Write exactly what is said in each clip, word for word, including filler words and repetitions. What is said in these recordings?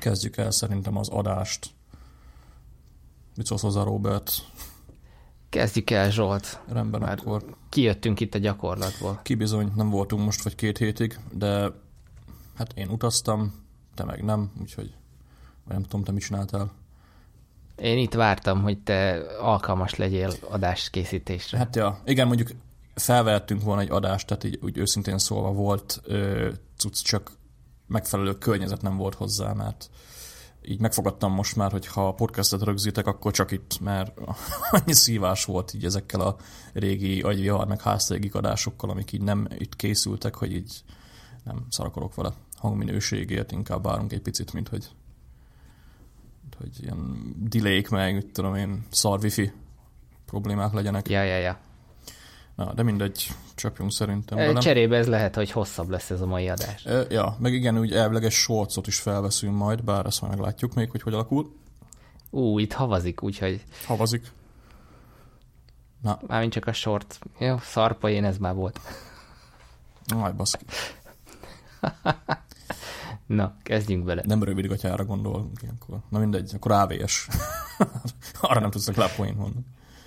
Kezdjük el szerintem az adást. Mit szólsz hozzá, Robert? Kezdjük el, Zsolt. Rendben, Már akkor. Kijöttünk itt a gyakorlatból. Ki bizony, nem voltunk most vagy két hétig, de hát én utaztam, te meg nem, úgyhogy vagy nem tudom, te mit csináltál. Én itt vártam, hogy te alkalmas legyél adáskészítésre. Hát ja, igen, mondjuk felvehettünk volna egy adást, tehát így úgy őszintén szólva volt ö, cucc, csak megfelelő környezet nem volt hozzá, mert így megfogadtam most már, hogy ha podcastet rögzítek, akkor csak itt, mert annyi szívás volt így ezekkel a régi agyvihar, meg háztégi adásokkal, amik így nem itt készültek, hogy így nem szarakolok vele hangminőségért, inkább várunk egy picit, mint hogy, mint hogy ilyen delayk meg, mit tudom én, szar wifi problémák legyenek. Ja, ja, ja. Na, de mindegy, csapjunk szerintem velem. Cserébe ez lehet, hogy hosszabb lesz ez a mai adás. E, ja, meg igen, úgy elvileg shortsot is felveszünk majd, bár ezt majd meglátjuk még, hogy hogy alakul. Ú, itt havazik, úgyhogy... Havazik. Na. Mármint csak a short. Jó, szarpoén ez már volt. Aj, baszki. Na, kezdjünk bele. Nem rövid gatyára gondolunk ilyenkor. Na mindegy, akkor á vé es. Arra nem tudsz legalább poént mondani.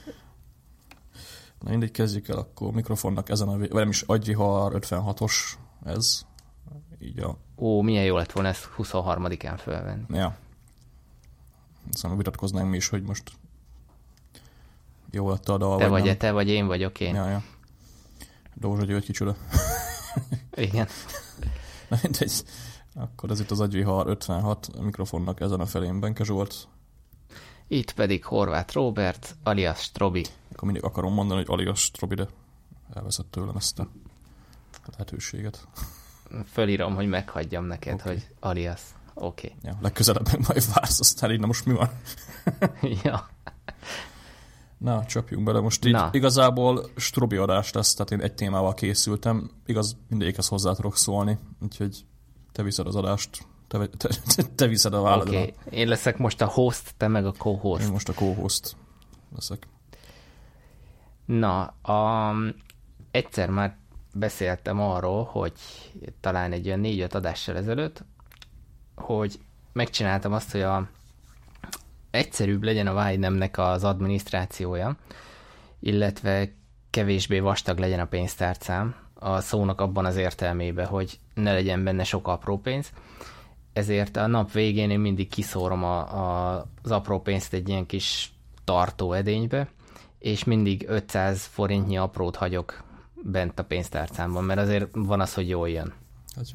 Na mindegy, kezdjük el akkor mikrofonnak ezen a... Vagy nem is, agyvihar ötvenhatos ez. Így a... Ó, milyen jó lett volna ezt huszonharmadikán felvenni. Ja. Szóval vitatkoznánk mi is, hogy most jó lett a dal, te vagy vagy nem. te vagy én vagyok én. Ja, ja. Dózsa György kicsoda. Igen. Na mindegy. Akkor ez itt az agyvihar ötvenhat, a mikrofonnak ezen a felén Benke Zsolt. Itt pedig Horváth Róbert, alias Strobi. Akkor mindig akarom mondani, hogy alias Strobi, de elveszett tőlem ezt a lehetőséget. Fölírom, hogy meghagyjam neked, Okay. hogy alias. Oké. Okay. Ja, legközelebb meg majd vársz, aztán így, na most mi van? Ja. Na, csapjunk bele. Most így na. Igazából Strobi adás lesz, tehát én egy témával készültem. Igaz, mindegyikhez hozzá tudok szólni, úgyhogy te viszed az adást, te, te, te, te viszed a válladat. Oké, okay. Én leszek most a host, te meg a co-host. Én most a co-host leszek. Na, a, egyszer már beszéltem arról, hogy talán egy olyan négy-öt adással ezelőtt, hogy megcsináltam azt, hogy a egyszerűbb legyen a Vájnemnek az adminisztrációja, illetve kevésbé vastag legyen a pénztárcám, a szónak abban az értelmében, hogy ne legyen benne sok apró pénz. Ezért a nap végén én mindig kiszórom a, a, az apró pénzt egy ilyen kis tartó edénybe, és mindig ötszáz forintnyi aprót hagyok bent a pénztárcámban, mert azért van az, hogy jól jön. Hát jó.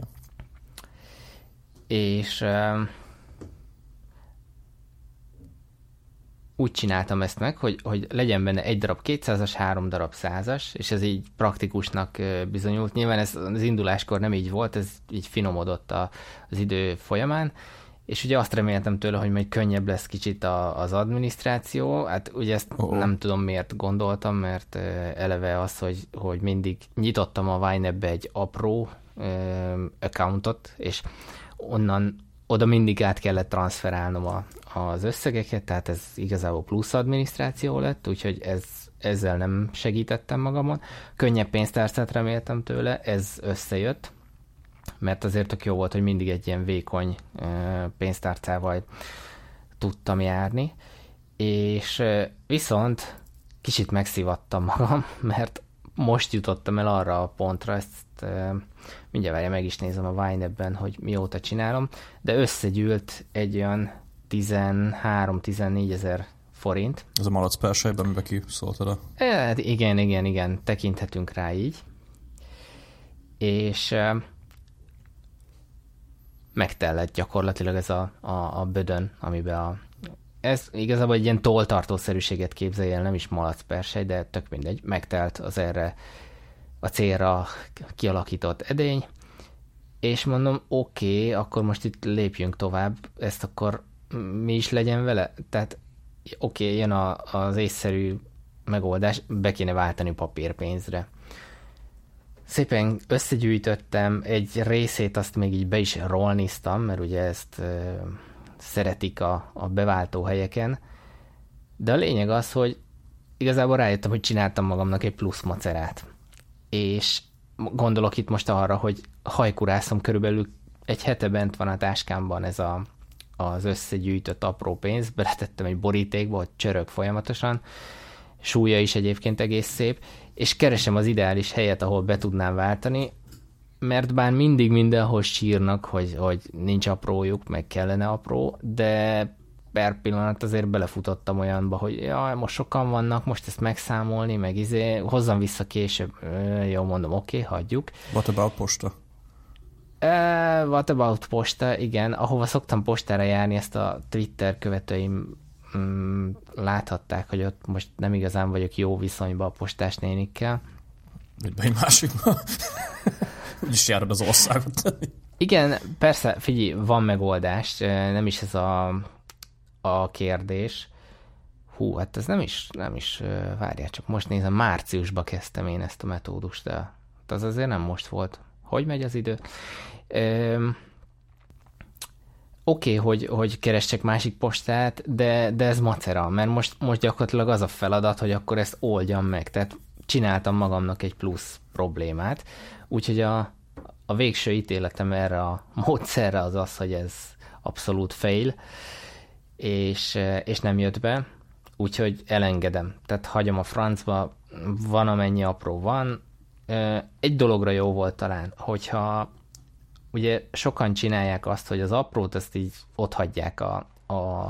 És uh, úgy csináltam ezt meg, hogy, hogy legyen benne egy darab kétszázas, három darab százas, és ez így praktikusnak bizonyult. Nyilván ez az induláskor nem így volt, ez így finomodott a, az idő folyamán, és ugye azt reméltem tőle, hogy majd könnyebb lesz kicsit a, az adminisztráció. Hát ugye ezt oh. nem tudom miért gondoltam, mert eleve az, hogy, hogy mindig nyitottam a Vájnebbe egy apró uh, accountot, és onnan oda mindig át kellett transferálnom a, az összegeket, tehát ez igazából plusz adminisztráció lett, úgyhogy ez, ezzel nem segítettem magamon. Könnyebb pénztárcát reméltem tőle, ez összejött, mert azért tök jó volt, hogy mindig egy ilyen vékony pénztárcával tudtam járni, és viszont kicsit megszivattam magam, mert most jutottam el arra a pontra, ezt mindjárt várja, meg is nézem a Vájnebben, hogy mióta csinálom, de összegyűlt egy olyan tizenhárom-tizennégy ezer forint. Ez a malac persejben, amiben kiszóltad a... Hát igen, igen, igen, tekinthetünk rá így. És uh, megtellett gyakorlatilag ez a, a, a bödön, amiben a... Ez igazából egy ilyen tolltartószerűséget képzelj el, nem is malac persej, de tök mindegy, megtelt az erre a célra kialakított edény, és mondom, oké, okay, akkor most itt lépjünk tovább, ezt akkor mi is legyen vele? Tehát oké, okay, jön a, az észszerű megoldás, be kéne váltani papírpénzre. Szépen összegyűjtöttem, egy részét azt még így be is rollniztam, mert ugye ezt e, szeretik a, a beváltó helyeken, de a lényeg az, hogy igazából rájöttem, hogy csináltam magamnak egy plusz macerát. És gondolok itt most arra, hogy hajkurászom, körülbelül egy hete bent van a táskámban ez a, az összegyűjtött apró pénzt, beletettem egy borítékba, hogy csörög folyamatosan, súlya is egyébként egész szép, és keresem az ideális helyet, ahol be tudnám váltani, mert bár mindig mindenhol sírnak, hogy, hogy nincs aprójuk, meg kellene apró, de per pillanat azért belefutottam olyanba, hogy jaj, most sokan vannak, most ezt megszámolni, meg izé, hozzam vissza később. Jó, mondom, oké, okay, hagyjuk. What about posta? Uh, what about posta, igen. Ahova szoktam postára járni, ezt a Twitter követőim mm, láthatták, hogy ott most nem igazán vagyok jó viszonyban a postás nénikkel. Mit be egy másikba? Úgyis járod az országot. Igen, persze, figyelj, van megoldás, nem is ez a, a kérdés. Hú, hát ez nem is, nem is, várjál, csak most nézem, márciusban kezdtem én ezt a metódust, de az azért nem most volt. Hogy megy az idő? Oké, okay, hogy, hogy keressek másik postát, de, de ez macera, mert most, most gyakorlatilag az a feladat, hogy akkor ezt oldjam meg. Tehát csináltam magamnak egy plusz problémát, úgyhogy a, a végső ítéletem erre a módszerre az az, hogy ez abszolút fail, és, és nem jött be, úgyhogy elengedem. Tehát hagyom a francba, van amennyi apró van. Egy dologra jó volt talán, hogyha ugye sokan csinálják azt, hogy az aprót azt így otthagyják a, a,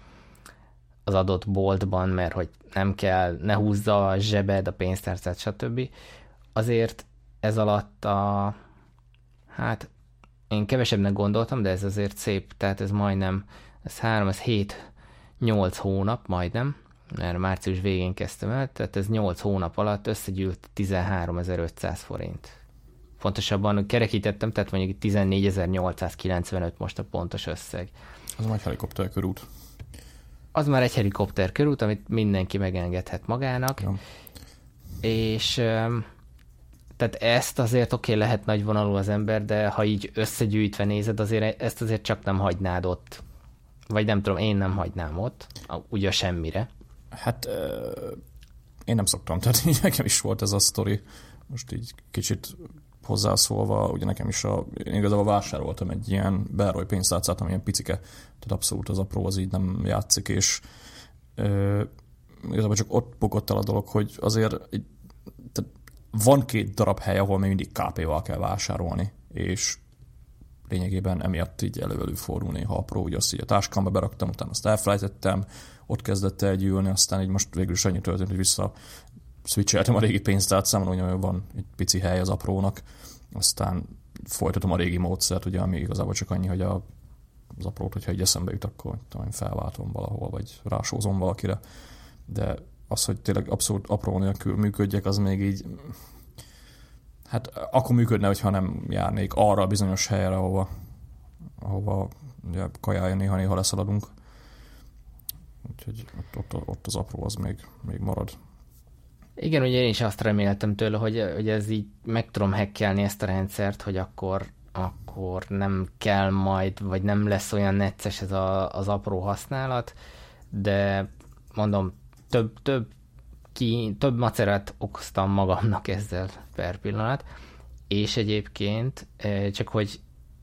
az adott boltban, mert hogy nem kell, ne húzza a zsebed, a pénztárcát, stb. Azért ez alatt a, hát én kevesebbnek gondoltam, de ez azért szép, tehát ez majdnem, ez három, ez hét, nyolc hónap majdnem, mert március végén kezdtem el, tehát ez nyolc hónap alatt összegyűlt tizenháromezer-ötszáz forint. Pontosabban kerekítettem, tehát mondjuk tizennégyezer-nyolcszázkilencvenöt most a pontos összeg. Az már egy helikopter körút. Az már egy helikopter körút, amit mindenki megengedhet magának. Ja. És tehát ezt azért oké, okay, lehet nagyvonalú az ember, de ha így összegyűjtve nézed, azért ezt azért csak nem hagynád ott. Vagy nem tudom, én nem hagynám ott, ugye semmire. Hát én nem szoktam, tehát így nekem is volt ez a sztori. Most így kicsit hozzászólva, ugye nekem is a, én igazából vásároltam egy ilyen Beroy pénztárcát, amilyen picike, tehát abszolút az apró az így nem játszik, és ö, igazából csak ott bukott el a dolog, hogy azért így, tehát van két darab hely, ahol még mindig ká pével kell vásárolni, és lényegében emiatt így elő-elő fordul néha apró, ugye azt így a táskámba beraktam, utána azt elfelejtettem, ott kezdett el gyűlni, aztán így most végül is annyi történt, hogy vissza switcheltem a régi pénztárcámon, hogy van egy pici hely az aprónak, aztán folytatom a régi módszert, ugye, ami igazából csak annyi, hogy a, az aprót, hogyha így eszembe jut, akkor tudom, felváltom valahol, vagy rásózom valakire, de az, hogy tényleg abszolút apró nélkül működjek, az még így, hát akkor működne, hogyha nem járnék arra a bizonyos helyre, ahova, ahova ugye, kajája néha-néha leszaladunk. Úgyhogy ott, ott, ott az apró az még, még marad. Igen, ugye én is azt reméltem tőle, hogy, hogy ez így meg tudom hackelni ezt a rendszert, hogy akkor, akkor nem kell majd, vagy nem lesz olyan necces ez a, az apró használat, de mondom, több, több, ki, több macerát okoztam magamnak ezzel per pillanat, és egyébként csak hogy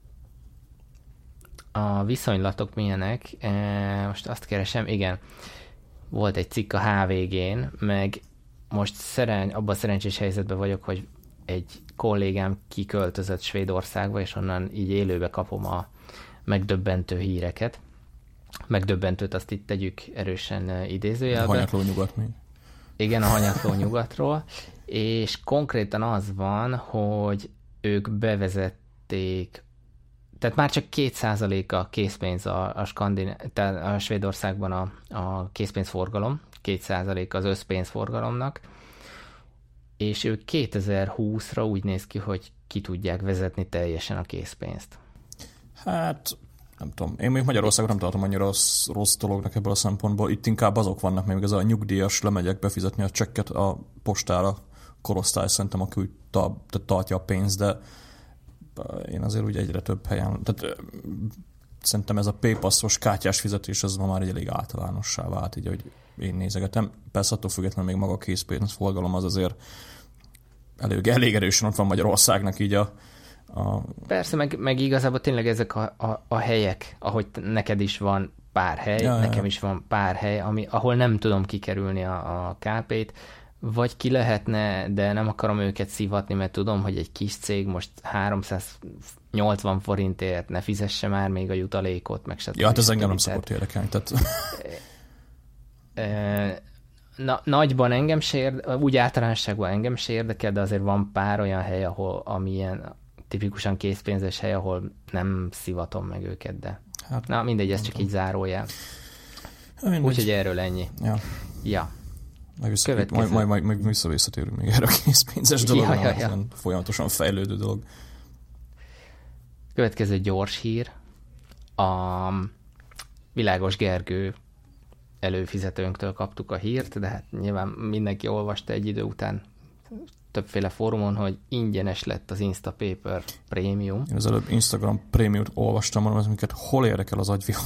a viszonylatok milyenek, most azt keresem, igen, volt egy cikk a há vé gén, meg most szeren, abban a szerencsés helyzetben vagyok, hogy egy kollégám kiköltözött Svédországba, és onnan így élőbe kapom a megdöbbentő híreket. Megdöbbentőt azt itt tegyük erősen idézőjelbe. A hanyatló nyugat még. Igen, a hanyatló nyugatról. És konkrétan az van, hogy ők bevezették, tehát már csak két százalék a készpénz a, a, Skandin- tehát a Svédországban a, a készpénzforgalom, két százalék az összpénzforgalomnak, és ők kétezer-húszra úgy néz ki, hogy ki tudják vezetni teljesen a készpénzt. Hát, nem tudom. Én még Magyarországon nem tartom annyira rossz, rossz dolognak ebből a szempontból. Itt inkább azok vannak, még ez a nyugdíjas lemegyek befizetni a csekket a postára, korosztály szerintem, aki úgy tartja a pénzt, de én azért úgy egyre több helyen, tehát szerintem ez a PayPass-os kártyás fizetés, ez ma már egy elég általánossá vált, így, hogy én nézegetem. Persze attól függetlenül még maga a készpénzforgalom az azért elég, elég erősen ott van Magyarországnak így a, A... Persze, meg, meg igazából tényleg ezek a, a, a helyek, ahogy neked is van pár hely, ja, nekem ja. is van pár hely, ami, ahol nem tudom kikerülni a, a ká pét, vagy ki lehetne, de nem akarom őket szivatni, mert tudom, hogy egy kis cég most háromszáznyolcvan forintért ne fizesse már még a jutalékot, meg stb. Ja, hát ez engem nem szokott érdekelni. Tehát... Na, nagyban engem se érdekel, úgy általánosságban engem se érdekel, de azért van pár olyan hely, ahol, ami ilyen tipikusan készpénzes hely, ahol nem szivatom meg őket, de hát, na mindegy, ez csak így zárójel. Úgyhogy erről ennyi. Ja. Ja. Meg vissza, majd, majd, majd, majd visszavisszatérünk még erre a készpénzes dologra, ja, ja, ja. folyamatosan fejlődő dolog. Következő gyors hír. A Világos Gergő előfizetőnktől kaptuk a hírt, de hát nyilván mindenki olvasta egy idő után többféle fórumon, hogy ingyenes lett az Instapaper Premium. Én az előbb Instagram Premium-t olvastam, mondom, minket hol érdekel az agyvihar?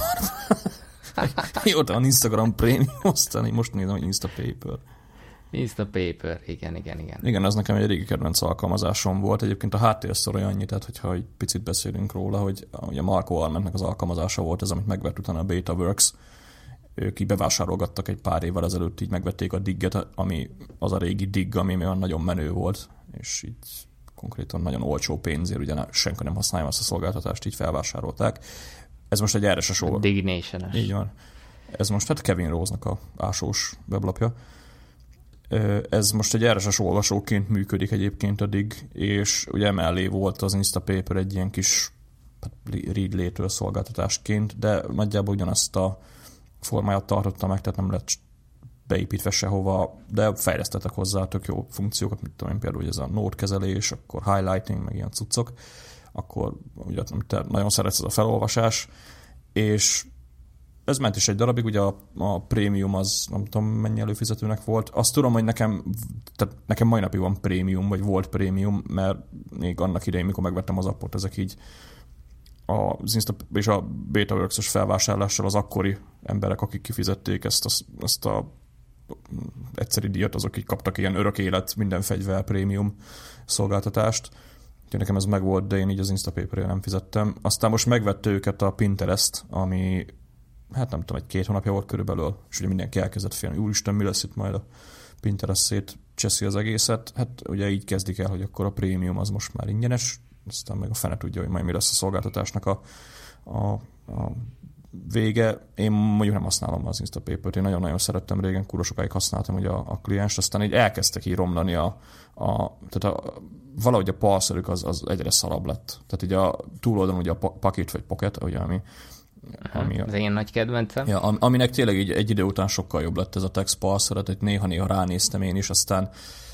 Mióta van Instagram Premium, aztán most nézem, hogy Instapaper. Instapaper, igen, igen, igen. Igen, az nekem egy régi kedvenc alkalmazásom volt. Egyébként a háttérszor annyi, tehát hogyha egy picit beszélünk róla, hogy ugye Marco Armentnek az alkalmazása volt ez, amit megvett utána a Betaworks. Ők így bevásárolgattak egy pár évvel ezelőtt, így megvették a Digget, ami az a régi Dig, ami olyan nagyon menő volt, és így konkrétan nagyon olcsó pénzért, ugye senki nem használja azt a szolgáltatást, így felvásárolták. Ez most egy er es es olvasó. Dignation-es. Így van. Ez most hát Kevin Rose-nak a ásós weblapja. Ez most egy er es es olvasóként működik egyébként a Dig, és ugye emellé volt az Instapaper egy ilyen kis read later szolgáltatásként, de nagyjából ugyanazt a formáját tartotta meg, tehát nem lett beépítve sehova, de fejlesztettek hozzá tök jó funkciókat, mint tudom én, például ez a note kezelés, akkor highlighting, meg ilyen cuccok, akkor ugye te nagyon szeretsz ez a felolvasás, és ez ment is egy darabig, ugye a, a prémium az nem tudom mennyi előfizetőnek volt. Azt tudom, hogy nekem, tehát nekem mai napig van prémium, vagy volt prémium, mert még annak idején, mikor megvettem az appot, ezek így az Insta és a Betaworks-os felvásárlással az akkori emberek, akik kifizették ezt a, ezt a egyszeri díjat, azok így kaptak ilyen örök élet, minden fegyver prémium szolgáltatást. Úgyhogy nekem ez megvolt, de én így az Instapaper-ért nem fizettem. Aztán most megvette őket a Pinterest, ami hát nem tudom, egy két hónapja volt körülbelül, és ugye mindenki elkezdett félni, úristen, mi lesz itt majd a Pinterest szét cseszi az egészet. Hát ugye így kezdik el, hogy akkor a prémium az most már ingyenes, aztán meg a fene tudja, hogy majd mi lesz a szolgáltatásnak a, a, a vége. Én mondjuk nem használom az Instapaper-t, én nagyon-nagyon szerettem régen, kurva sokáig használtam ugye a, a klienst, aztán így elkezdtek így romlani a, a tehát a, valahogy a parszerük az, az egyre szarabb lett. Tehát ugye a túloldalon ugye a Pocket vagy Pocket, ugye, ami Ami, az én nagy kedvencem. Ja, aminek tényleg így egy idő után sokkal jobb lett ez a text parser, tehát néha-néha ránéztem én is, aztán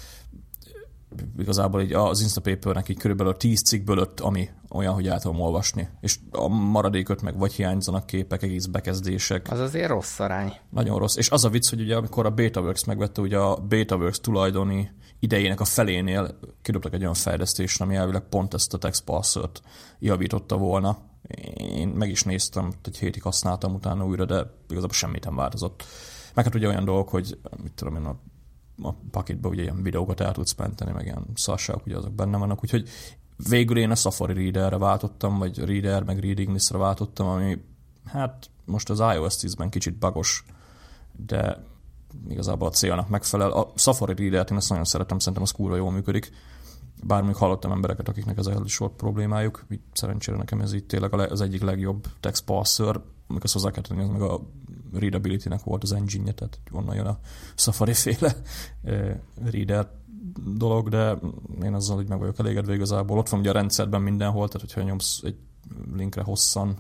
igazából így az Instapapernek így körülbelül tíz cikkből öt, ami olyan, hogy el tudom olvasni. És a maradék öt meg vagy hiányzanak képek, egész bekezdések. Az azért rossz arány. Nagyon rossz. És az a vicc, hogy ugye amikor a Betaworks megvette, ugye a Betaworks tulajdoni idejének a felénél kidobtak egy olyan fejlesztést, ami elvileg pont ezt a text parsert javította volna. Én meg is néztem, egy hétig használtam utána újra, de igazából semmit nem változott. Meg hát ugye olyan dolgok, hogy mit tudom én, a, a paketben ugye ilyen videókat el tudsz menteni, meg ilyen szarságok, ugye azok benne vannak, úgyhogy végül én a Safari Readerre váltottam, vagy Reader, meg Reading List-re váltottam, ami hát most az iOS tízben kicsit bagos, de igazából a célnak megfelel. A Safari Reader-t én ezt nagyon szeretem, szerintem az kurva jól működik. Bár mondjuk hallottam embereket, akiknek ez is volt problémájuk, így szerencsére nekem ez így tényleg az egyik legjobb text parser, amikor azt hozzá kell tenni, az meg a readability-nek volt az engine-je, tehát onnan jön a Safari-féle reader dolog, de én azzal így meg vagyok elégedve igazából. Ott van ugye a rendszerben mindenhol, tehát hogyha nyomsz egy linkre hosszan,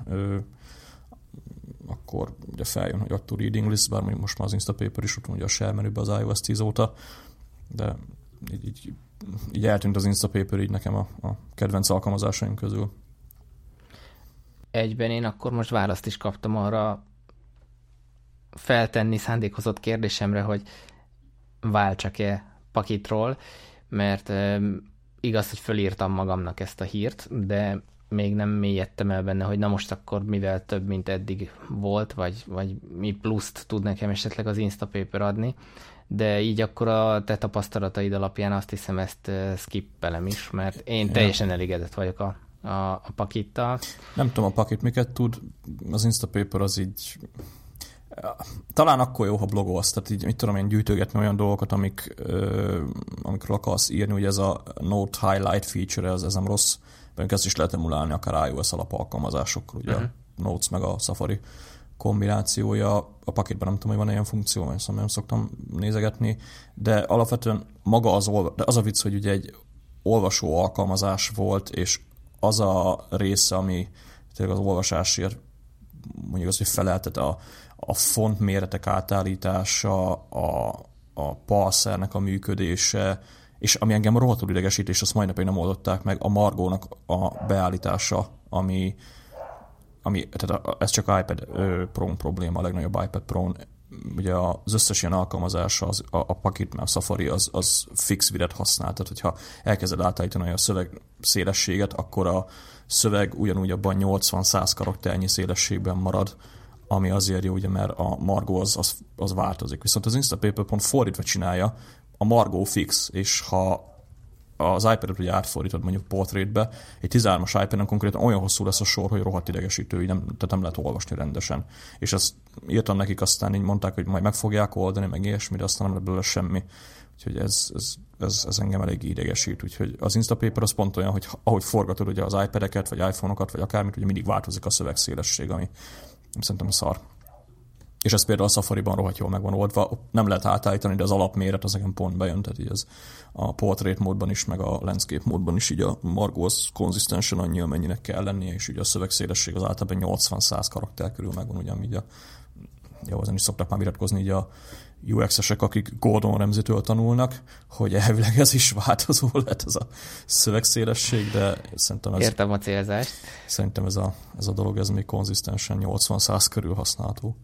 akkor ugye feljön, hogy attól reading list, bár mondjuk most már az Instapaper is ott van ugye a share menüben az iOS tíz óta, de így, így, így eltűnt az Instapaper így nekem a, a kedvenc alkalmazásaim közül. Egyben én akkor most választ is kaptam arra feltenni szándékozott kérdésemre, hogy váltsak-e Pakitról, mert e, igaz, hogy fölírtam magamnak ezt a hírt, de még nem mélyedtem el benne, hogy na most akkor mivel több, mint eddig volt, vagy, vagy mi pluszt tud nekem esetleg az Instapaper adni. de így akkor a te tapasztalataid alapján azt hiszem ezt skippelem is, mert én teljesen elégedett vagyok a, a, a pakittal. Nem tudom, a pakit miket tud, az Instapaper az így talán akkor jó, ha blogolsz, tehát így mit tudom én gyűjtögetni olyan dolgokat, amik, ö, amikről akarsz írni, ugye ez a Note Highlight feature, ez, ez nem rossz, mert ezt is lehet emulálni akár iOS alapalkalmazásokkal, ugye uh-huh. a Notes meg a Safari kombinációja. A paketben nem tudom, hogy van ilyen funkció, mert szóval nem szoktam nézegetni, de alapvetően maga az, olva, de az a vicc, hogy ugye egy olvasó alkalmazás volt, és az a része, ami tényleg az olvasásért mondjuk az, hogy feleltet a, a font méretek átállítása, a, a parsernek a működése, és ami engem rohadtul idegesít, és azt mai napig nem oldották meg, a Margónak a beállítása, ami, ami tehát ez csak iPad Pro probléma, a legnagyobb iPad Pro-n. Ugye az összes ilyen alkalmazás, az, a, a Pocket, a Safari, az, az fix videt használ, tehát hogyha elkezded átállítani a szöveg szélességet, akkor a szöveg ugyanúgy abban nyolcvan-száz karakternyi szélességben marad, ami azért jó, ugye, mert a Margó az, az, az változik. Viszont az Instapaper pont fordítva csinálja, a Margó fix, és ha az iPad-et ugye átfordítod mondjuk portraitbe, egy tizenhármas iPad-en konkrétan olyan hosszú lesz a sor, hogy rohadt idegesítő, így nem, tehát nem lehet olvasni rendesen. És ezt írtam nekik, aztán így mondták, hogy majd meg fogják oldani, meg ilyesmi, de aztán nem lett belőle semmi. Úgyhogy ez, ez, ez, ez engem elég idegesít. Úgyhogy az Instapaper az pont olyan, hogy ahogy forgatod ugye az iPad-eket, vagy iPhone-okat, vagy akármit, ugye mindig változik a szövegszélesség, ami szerintem szar. És ez például a Safari-ban rohadt jól meg van oldva, nem lehet átállítani, de az alapméret az nekem pont bejön, tehát így ez a portrait módban is, meg a landscape módban is így a Margó az konzisztensen annyi, amennyinek kell lennie, és ugye a szövegszélesség az általában nyolcvan-száz karakter körül megvan, ugye, így a, jó, ezen is szoktak már viratkozni így a u exesek, akik Gordon Ramsay-től tanulnak, hogy elvileg ez is változó lett ez a szövegszélesség, de szerintem ez... Értem a célzást. Szerintem ez a, ez a dolog, ez még konzisztensen nyolcvan-száz körül használható.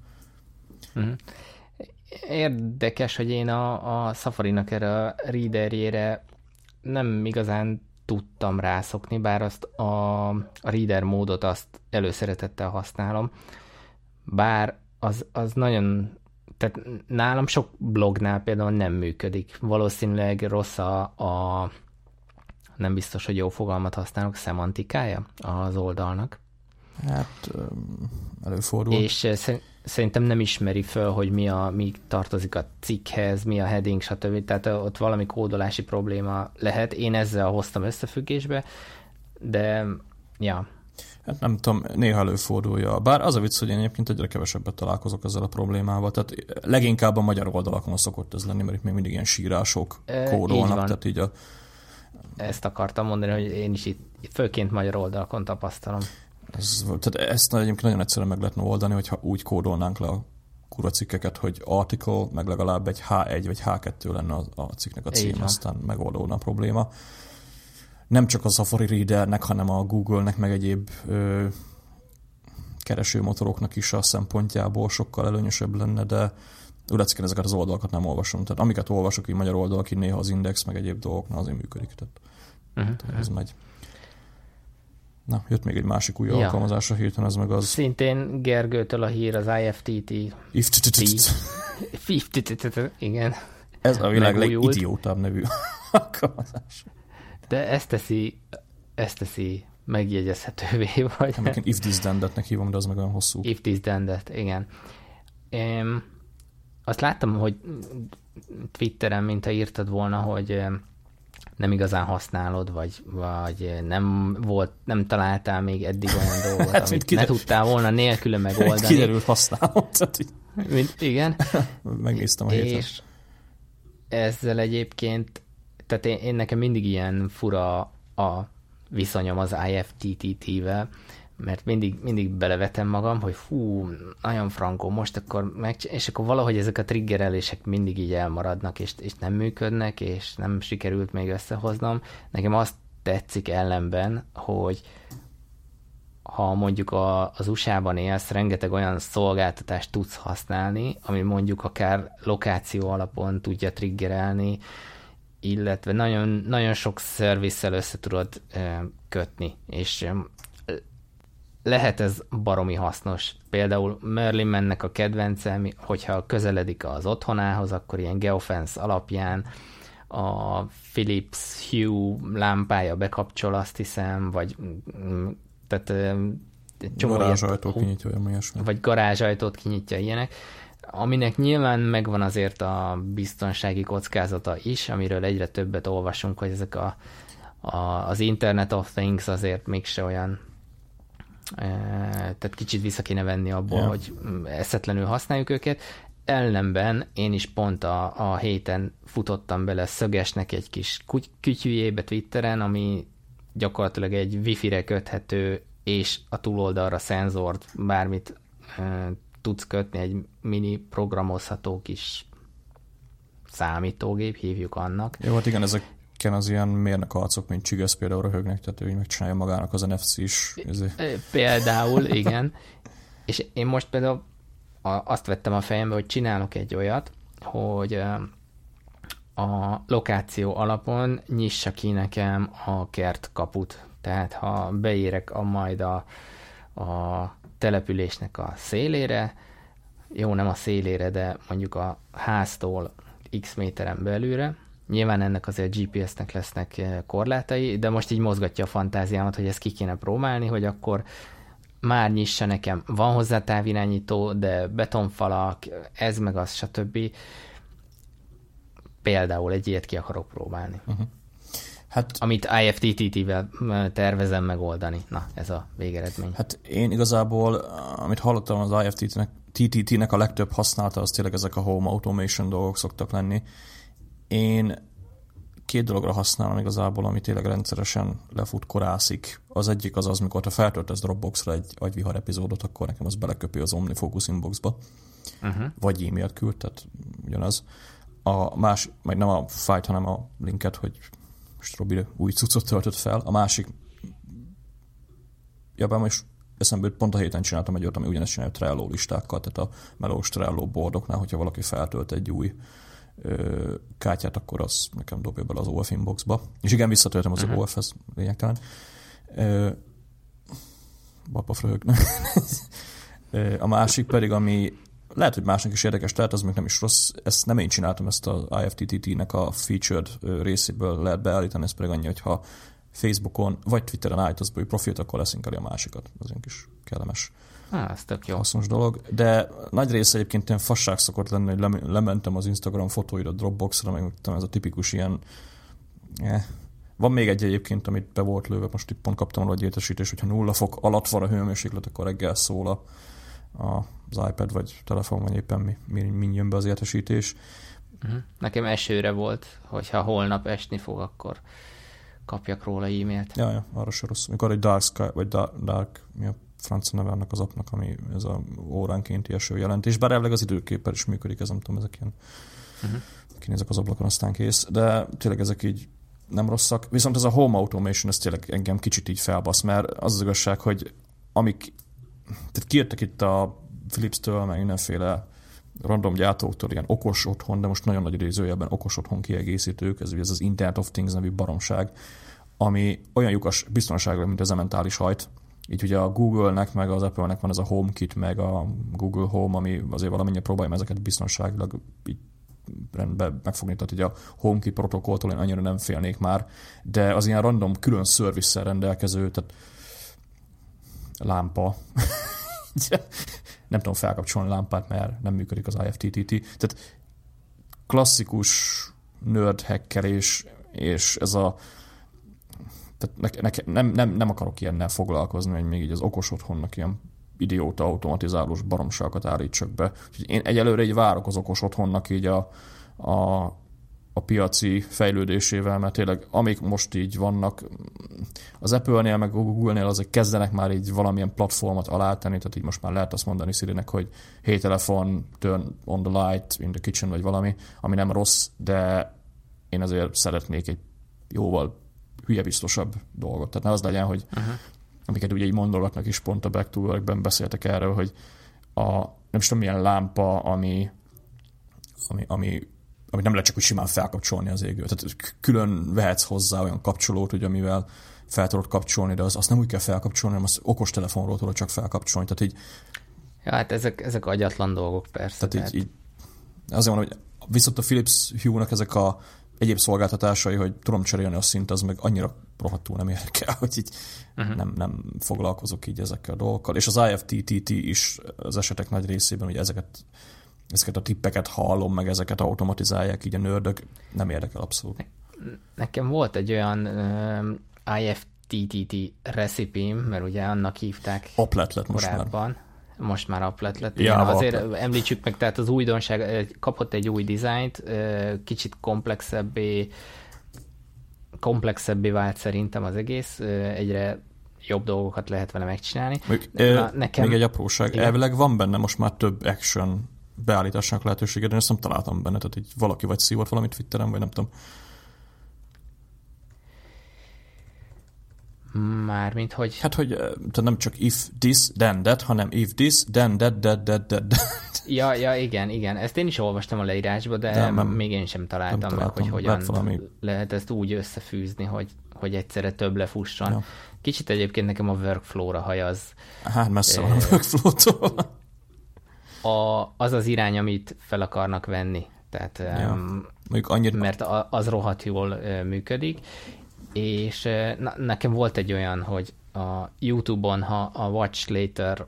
Érdekes, hogy én a, a Safari-nak erre a readerjére nem igazán tudtam rászokni, bár azt a, a reader módot azt előszeretettel használom, bár az, az nagyon, tehát nálam sok blognál például nem működik. Valószínűleg rossz a, a nem biztos, hogy jó fogalmat használok, szemantikája az oldalnak. Hát előfordul. És szerintem nem ismeri föl, hogy mi, a, mi tartozik a cikkhez, mi a heading, stb. Tehát ott valami kódolási probléma lehet. Én ezzel hoztam összefüggésbe, de ja. Hát nem tudom, néha előfordulja. Bár az a vicc, hogy én egyébként egyre kevesebbet találkozok ezzel a problémával. Tehát leginkább a magyar oldalakon szokott ez lenni, mert itt még mindig ilyen sírások kódolnak. Tehát így a... Ezt akartam mondani, hogy én is itt főként magyar oldalakon tapasztalom. Ez, tehát ezt egyébként nagyon egyszerűen meg lehetne oldani, hogyha úgy kódolnánk le a kuracikkeket, hogy article, meg legalább egy há egy vagy há kettő lenne a, a cikknek a cím, aztán megoldódna a probléma. Nem csak a Safari Readernek, hanem a Google-nek, meg egyéb ö, keresőmotoroknak is a szempontjából sokkal előnyösebb lenne, de úgy látszik, ezeket az oldalakat nem olvasom. Tehát amiket olvasok, így magyar oldalak, így néha az Index, meg egyéb dolgoknál azért működik. Tehát, uh-huh. tehát ez megy. Na, jött még egy másik új ja. alkalmazásra hirtelen, ez meg az... Szintén Gergőtől a hír, az I F T T. I F T T. Igen. Ez a világ legidiótább nevű alkalmazás. De ezt teszi, ezt teszi megjegyezhetővé, vagy... Amikor if this then that-nek hívom, de az meg olyan hosszú. If this then that, igen. Um, azt láttam, hogy Twitteren, mint ha írtad volna, hogy nem igazán használod, vagy, vagy nem volt, nem találtál még eddig olyan dolgot, hát, amit kiderül... ne tudtál volna nélküle megoldani. Kiderült használod. Mint, igen. Megnéztem a héten. És ezzel egyébként, tehát én, én nekem mindig ilyen fura a viszonyom az I F T T T-vel, mert mindig, mindig belevetem magam, hogy fú, nagyon frankó, most akkor meg, és akkor valahogy ezek a triggerelések mindig így elmaradnak, és, és nem működnek, és nem sikerült még összehoznom. Nekem azt tetszik ellenben, hogy ha mondjuk a, az u es á-ban élsz, rengeteg olyan szolgáltatást tudsz használni, ami mondjuk akár lokáció alapon tudja triggerelni, illetve nagyon, nagyon sok szervisszel össze tudod e, kötni, és lehet ez baromi hasznos. Például Merlin Mannek a kedvencem, hogyha közeledik az otthonához, akkor ilyen geofence alapján a Philips Hue lámpája bekapcsol, azt hiszem, vagy tehát garázsajtót kinyitja, vagy ilyesmi. Vagy garázsajtót kinyitja, ilyenek, aminek nyilván megvan azért a biztonsági kockázata is, amiről egyre többet olvasunk, hogy ezek a, a, az Internet of Things azért mégse olyan, e, tehát kicsit vissza kéne venni abból, yeah. hogy eszetlenül használjuk őket. Ellenben én is pont a, a héten futottam bele Szögesnek egy kis kütyüjébe Twitteren, ami gyakorlatilag egy wifi-re köthető, és a túloldalra szenzort, bármit e, tudsz kötni, egy mini programozható kis számítógép, hívjuk annak. Jó, hát igen, ezeken az ilyen mérnök arcok, mint Csigesz például röhögnek, tehát ő megcsinálja magának az en ef cé-s. Ezért. Például, igen. És én most például azt vettem a fejembe, hogy csinálok egy olyat, hogy a lokáció alapon nyissa ki nekem a kert kaput. Tehát ha beérek a majd a, a településnek a szélére, jó, nem a szélére, de mondjuk a háztól x méteren belülre. Nyilván ennek azért gé pé es-nek lesznek korlátai, de most így mozgatja a fantáziámat, hogy ezt ki kéne próbálni, hogy akkor már nyissa nekem. Van hozzá távirányító, de betonfalak, ez meg az, stb. Például egy ilyet ki akarok próbálni. Uh-huh. Hát, amit i ef té té té-vel tervezem megoldani. Na, ez a végeredmény. Hát én igazából, amit hallottam az i ef té té-nek a legtöbb használata, az tényleg ezek a home automation dolgok szoktak lenni. Én két dologra használom igazából, ami tényleg rendszeresen lefut, korászik. Az egyik az az, mikor te feltöltesz Dropboxra egy agyvihar epizódot, akkor nekem az beleköpi az OmniFocus inboxba. Uh-huh. Vagy e-mailt küld, tehát ugyanaz. A más, meg nem a fájt, hanem a linket, hogy most Robi új cuccot töltött fel. A másik, jobban most eszembe pont a héten csináltam egy olyat, ami ugyanezt csinálja Trello listákkal, tehát a melós Trello boardoknál, hogyha valaki feltölt egy új ö, kártyát, akkor az nekem dobja bele az o ef inboxba. És igen, visszatöltem az uh-huh. o ef-hez lényegtelen. Balpaf röhögnek. A másik pedig, ami lehet, hogy másnak is érdekes, tehát az még nem is rossz. Ezt nem én csináltam, ezt az i ef té té-nek a featured részéből lehet beállítani, ez pedig annyi, hogyha Facebookon vagy Twitteren állítasz be profilt, akkor leszinkeli a másikat. Az egy kis kellemes, Há, ez tök jó. hasznos dolog. De nagy része egyébként ilyen fasság szokott lenni, hogy lementem az Instagram fotóira Dropboxra, meg ez a tipikus ilyen... Eh. Van még egy egyébként, amit be volt lőve, most itt pont kaptam róla egy értesítést, hogyha nulla fok alatt van a hőmérséklet, akkor reggel szól a, a, az iPad vagy telefon, vagy éppen mi, mi, mi jön be az értesítés. Uh-huh. Nekem esőre volt, hogyha holnap esni fog, akkor kapjak róla e-mailt. Ja, ja, arra se rossz. Mikor egy Dark Sky, vagy Dark, dark mi a francia neve annak az appnak, ami ez a óránkénti eső jelentés, bár elvileg az időképpel is működik, ez nem tudom, ezek ilyen uh-huh. kinézek az ablakon, aztán kész, de tényleg ezek így nem rosszak. Viszont ez a home automation, ez tényleg engem kicsit így felbasz, mert az az igazság, hogy amik, tehát kijöttek itt a Philips-től, meg mindenféle random gyártóktól ilyen okos otthon, de most nagyon nagy idézőjelben okos otthon kiegészítők, ez, ez az Internet of Things nevű baromság, ami olyan lyukas biztonságra, mint az ementális hajt. Így ugye a Google-nek, meg az Apple-nek van ez a HomeKit, meg a Google Home, ami azért valamennyire próbálja ezeket biztonságilag így rendben megfogni, tehát ugye a HomeKit protokolltól én annyira nem félnék már, de az ilyen random külön service-szel rendelkező, tehát lámpa, nem tudom felkapcsolni lámpát, mert nem működik az i ef té té té, tehát klasszikus nerd hackerés, és ez a tehát ne, ne, nem, nem, nem akarok ilyennel foglalkozni, hogy még így az okos otthonnak ilyen idióta automatizálós baromságokat állítsak be. Úgyhogy én egyelőre így várok az okos otthonnak így a, a, a piaci fejlődésével, mert tényleg amik most így vannak, az Apple-nél meg a Google-nél azok kezdenek már így valamilyen platformot alátenni, tehát így most már lehet azt mondani Siri-nek, hogy hey telefon, turn on the light in the kitchen, vagy valami, ami nem rossz, de én azért szeretnék egy jóval hülye biztosabb dolgot. Tehát ne az legyen, hogy uh-huh. amiket ugye így mondogatnak is, pont a Back to Work-ben beszéltek erről, hogy a, nem is tudom milyen lámpa, ami, ami, ami, ami nem lehet csak úgy simán felkapcsolni az égőt. Tehát külön vehetsz hozzá olyan kapcsolót, ugye, amivel fel tudod kapcsolni, de az, azt nem úgy kell felkapcsolni, hanem azt okostelefonról tudod csak felkapcsolni. Tehát így, ja, hát ezek, ezek agyatlan dolgok persze. Tehát, tehát... Így, így, azért van, hogy viszont a Philips Hue-nak ezek a egyéb szolgáltatásai, hogy tudom cserélni a szint, az meg annyira rohadtul nem érdekel, hogy így uh-huh. nem, nem foglalkozok így ezekkel a dolgokkal. És az I F T T T is az esetek nagy részében, hogy ezeket, ezeket a tippeket hallom, meg ezeket automatizálják így a nördök, nem érdekel abszolút. Nekem volt egy olyan uh, I F T T T recipém, mert ugye annak hívták Applet lett most korábban. már. Most már Applet lett. Ja, azért Applet. Említsük meg, tehát az újdonság, kapott egy új dizájnt, kicsit komplexebbé, komplexebbé vált szerintem az egész, egyre jobb dolgokat lehet vele megcsinálni. Még, Na, nekem... még egy apróság, igen. Elvileg van benne most már több action beállításnak lehetősége, de ezt nem találtam benne, tehát így valaki vagy szívott valamit Twitteren, vagy nem tudom. Mármint, hogy... Hát, hogy tehát nem csak if this, then that, hanem if this, then that, that, that, that, that. Ja, ja, igen, igen. Ezt én is olvastam a leírásba, de, de nem, még én sem találtam, találtam meg, hogy hogyan valami... lehet ezt úgy összefűzni, hogy, hogy egyszerre több lefusson. Ja. Kicsit egyébként nekem a workflow-ra hajaz. Hát messze van a workflow-tól. A, az az irány, amit fel akarnak venni. Tehát, ja. um, annyit... mert az rohadt jól uh, működik. És na, nekem volt egy olyan, hogy a YouTube-on, ha a Watch Later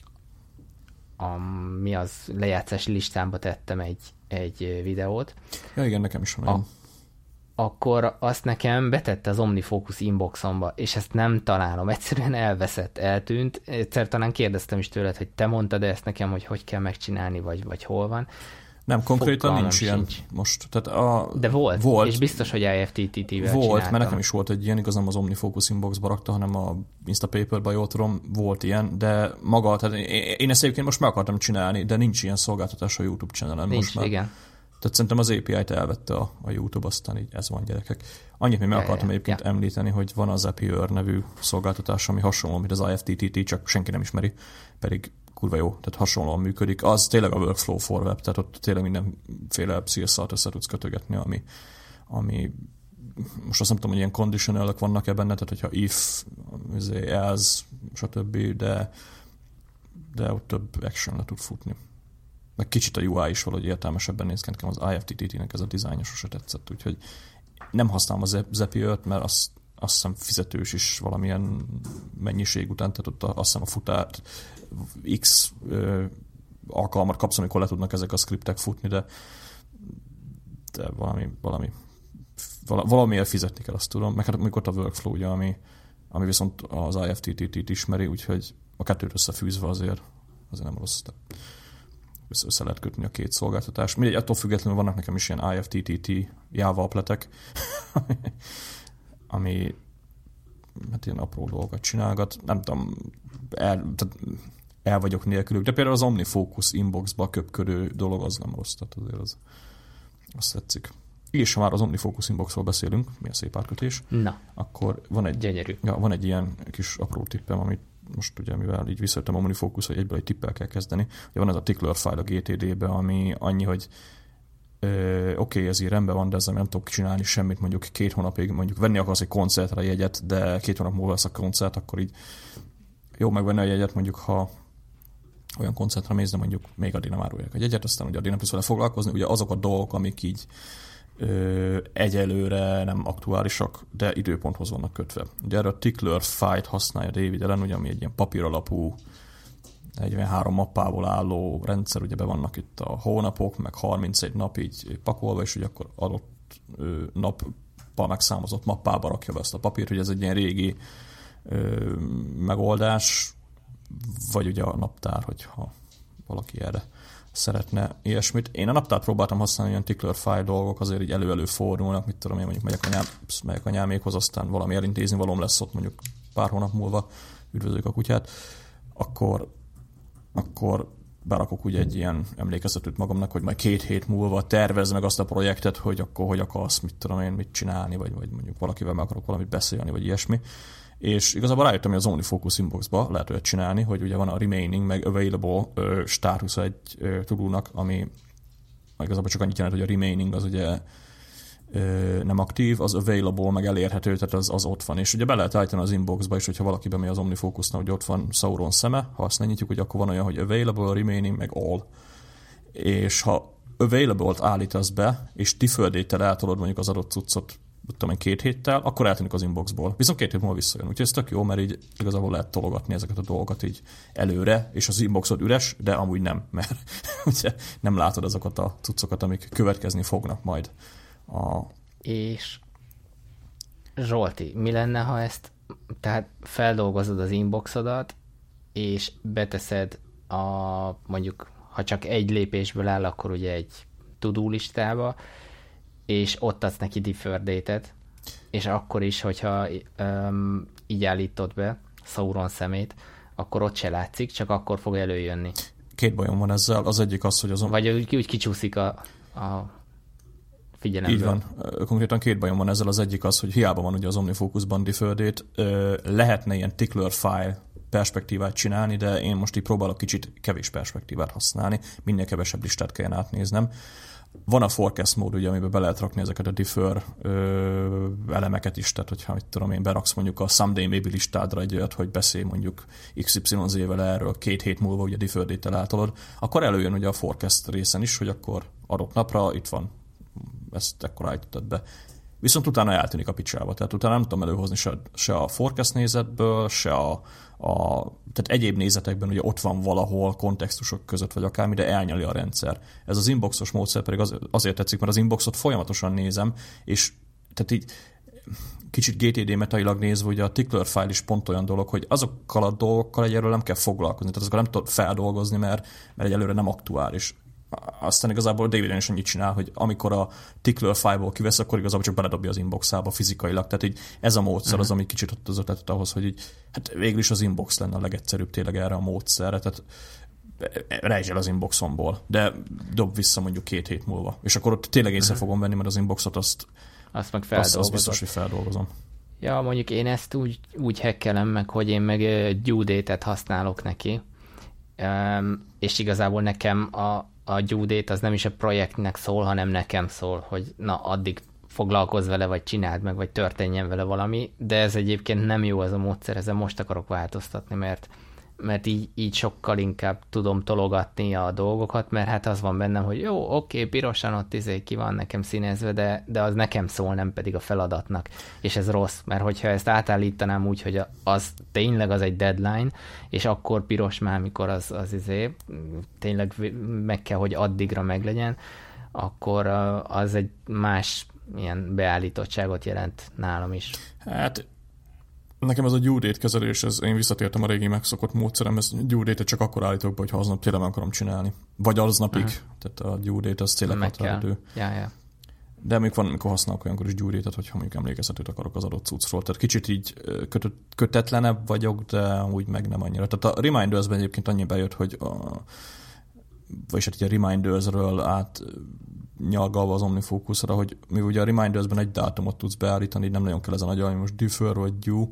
a, mi az lejátszási listámba tettem egy, egy videót. Ja, igen, nekem is van. A, akkor azt nekem betette az OmniFocus inboxomba, és ezt nem találom. Egyszerűen elveszett, eltűnt. Egyszer talán kérdeztem is tőled, hogy te mondtad ezt nekem, hogy hogy kell megcsinálni, vagy, vagy hol van. Nem, konkrétan nincs ilyen sincs. Most. Tehát a, de volt, volt, és biztos, hogy I F T T T-vel volt, csináltam. mert nekem is volt egy ilyen, igazán az OmniFocus inboxba rakta, hanem a Instapaper-ba, jól tudom, volt ilyen, de maga, tehát én ezt egyébként most meg akartam csinálni, de nincs ilyen szolgáltatás a YouTube channelen nincs, most már. Igen. Tehát szerintem az á pé í-t elvette a, a YouTube, aztán így ez van, gyerekek. Annyit még meg ja, akartam ja, egyébként ja. említeni, hogy van az Zapier nevű szolgáltatás, ami hasonló, mint az I F T T T, csak senki nem ismeri, pedig kurva jó, tehát hasonlóan működik. Az tényleg a workflow for web, tehát ott tényleg mindenféle cé es á-t össze tudsz kötögetni, ami, ami most azt nem tudom, hogy ilyen conditional-ök vannak-e benne, tehát hogyha if, else, stb., de, de ott több action le tud futni. Meg kicsit a U I is valahogy értelmesebben néz ki, az I F T T T-nek ez a dizájnos sose tetszett, úgyhogy nem használom a Zapier-t, mert azt, azt hiszem fizetős is valamilyen mennyiség után, tehát ott azt hiszem a futárt X ö, alkalmat kapsz, amikor le tudnak ezek a skriptek futni, de, de valami, valami valamiért fizetni kell, azt tudom. Meg hát amikor a workflow, ugye, ami, ami viszont az I F T T T-t ismeri, úgyhogy a kettőt összefűzve azért, azért nem rossz. Össze, össze lehet kötni a két szolgáltatást. Mindegy, attól függetlenül vannak nekem is ilyen I F T T T Java appletek, ami hát ilyen apró dolgokat csinálgat. Nem tudom, el, tehát el vagyok nélkülük, de például az OmniFocus inboxba köpködő dolog az nem rossz, tehát azért az, azt tetszik. És ha már az OmniFocus inboxról beszélünk, milyen szép átkötés, Na, akkor van egy, gyönyörű. Ja, van egy ilyen kis apró tippem, amit most ugye, mivel így visszajöttem a OmniFocus, hogy egyből egy tippel kell kezdeni. Ugye van ez a tickler file a G T D-be, ami annyi, hogy oké, okay, ez így rendben van, de ezzel nem tudok csinálni semmit, mondjuk két hónapig, mondjuk venni akarsz egy koncertre jegyet, de két hónap múlva lesz a koncert, akkor így jó megvenni a jegyet, mondjuk ha olyan koncertre mész, de mondjuk még addig nem árulják a jegyet, aztán ugye addig nem tudsz vele foglalkozni. Ugye azok a dolgok, amik így ö, egyelőre nem aktuálisak, de időponthoz vannak kötve. Ugye erre a tickler file-t használja David Allen, ugye, ami egy ilyen papír alapú negyvenhárom mappából álló rendszer, ugye be vannak itt a hónapok, meg harmincegy nap így pakolva, és ugye akkor adott ö, nappal megszámozott mappába rakja be ezt a papírt, hogy ez egy ilyen régi ö, megoldás, vagy ugye a naptár, hogyha valaki erre szeretne ilyesmit. Én a naptárt próbáltam használni, ilyen tickler file dolgok azért így elő-elő fordulnak, mit tudom én, mondjuk megyek, anyám, megyek anyámékhoz, aztán valami elintézni valóm lesz ott mondjuk pár hónap múlva, üdvözlök a kutyát, akkor, akkor berakok ugye egy ilyen emlékezetűt magamnak, hogy majd két hét múlva tervezd meg azt a projektet, hogy akkor hogy akarsz, mit tudom én, mit csinálni, vagy, vagy mondjuk valakivel meg akarok valamit beszélni, vagy ilyesmi. És igazából rájöttem, hogy az OmniFocus inboxba lehet olyat csinálni, hogy ugye van a remaining, meg available uh, státusz egy uh, to-do-nak, ami igazából csak annyit jelent, hogy a remaining az ugye nem aktív, az available, meg elérhető, tehát az, az ott van. És ugye be lehet állítani az inboxba is, hogyha valaki bemegy az OmniFocusnál, hogy ott van Sauron szeme, ha azt lenyitjuk, hogy akkor van olyan, hogy available, remaining, meg all. És ha available-t állítasz be, és deferred date-tel eltolod mondjuk az adott cuccot, tudom én, két héttel, akkor eltűnik az inboxból. Viszont két hét múlva visszajön. Úgyhogy ez tök jó, mert így igazából lehet tologatni ezeket a dolgokat így előre, és az inboxod üres, de amúgy nem, mert ugye nem látod azokat a cuccokat, amik következni fognak majd. A... És Zsolti, mi lenne, ha ezt, tehát feldolgozod az inboxodat, és beteszed a, mondjuk, ha csak egy lépésből áll, akkor ugye egy to-do listába, és ott adsz neki deferred date-et, és akkor is, hogyha um, így állítod be Sauron szemét, akkor ott se látszik, csak akkor fog előjönni. Két bajom van ezzel, az egyik az, hogy azon... Vagy úgy, úgy kicsúszik a, a figyelemből. Így van. Konkrétan két bajom van ezzel, az egyik az, hogy hiába van ugye az OmniFocusban deferred date, lehetne ilyen tickler file perspektívát csinálni, de én most így próbálok kicsit kevés perspektívát használni, minél kevesebb listát kelljen átnéznem. Van a forecast mód, ugye, amiben be lehet rakni ezeket a defer ö, elemeket is, tehát hogyha, mit tudom én, beraksz mondjuk a someday maybe listádra egy olyat, hogy beszélj mondjuk iksz ipszilon zével erről, két hét múlva ugye deferred date-tel átolod, akkor előjön ugye a forecast részen is, hogy akkor adott napra itt van, ezt ekkor állítottad be. Viszont utána eltűnik a picsába, tehát utána nem tudom előhozni se, se a forecast nézetből, se a, a tehát egyéb nézetekben ugye ott van valahol kontextusok között, vagy akármi, de elnyeli a rendszer. Ez az inboxos módszer pedig az, azért tetszik, mert az inboxot folyamatosan nézem, és tehát így kicsit gé té dé metailag nézve, ugye a tickler file is pont olyan dolog, hogy azokkal a dolgokkal egyelőre nem kell foglalkozni, tehát azokkal nem tudod feldolgozni, mert, mert egyelőre nem aktuális. Aztán igazából David is annyit csinál, hogy amikor a tickler file-ból kivesz, akkor igazából csak beledobja az inboxába fizikailag. Tehát így ez a módszer uh-huh. az, ami kicsit ott az ötletet ahhoz, hogy így, hát végül is az inbox lenne a legegyszerűbb tényleg erre a módszerre. Tehát rejtsd el az inboxomból, de dob vissza mondjuk két hét múlva. És akkor ott tényleg észre uh-huh. fogom venni, mert az inboxot azt, azt meg azt, azt biztos, hogy feldolgozom. Ja, mondjuk én ezt úgy, úgy hackelem meg, hogy én meg due date-et használok neki, um, és igazából nekem a a due date az nem is a projektnek szól, hanem nekem szól, hogy na, addig foglalkozz vele, vagy csináld meg, vagy történjen vele valami, de ez egyébként nem jó ez a módszer, ezen most akarok változtatni, mert, mert így, így sokkal inkább tudom tologatni a dolgokat, mert hát az van bennem, hogy jó, oké, pirosan ott izé ki van nekem színezve, de, de az nekem szól, nem pedig a feladatnak. És ez rossz, mert hogyha ezt átállítanám úgy, hogy az tényleg az egy deadline, és akkor piros már, mikor az, az izé, tényleg meg kell, hogy addigra meglegyen, akkor az egy más ilyen beállítottságot jelent nálam is. Hát nekem ez a due date kezelés, ez, én visszatértem a régi megszokott módszerem, ez due date-et csak akkor állítok be, hogyha aznap tényleg akarom csinálni. Vagy aznapig, uh-huh. tehát a due date az tényleg határidő. Ja, ja. De még van, amikor használok olyankor is due date-et, hogyha mondjuk emlékezetőt akarok az adott cuccról. Tehát kicsit így kötött, kötetlenebb vagyok, de úgy meg nem annyira. Tehát a Reminders-ben egyébként annyi bejött, hogy a, vagyis hát így a Reminders-ről át nyalgalva az OmniFocusra, hogy mi ugye a Reminders-ben egy dátumot tudsz beállítani, nem nagyon kell ezen a nagy, most defer vagy due,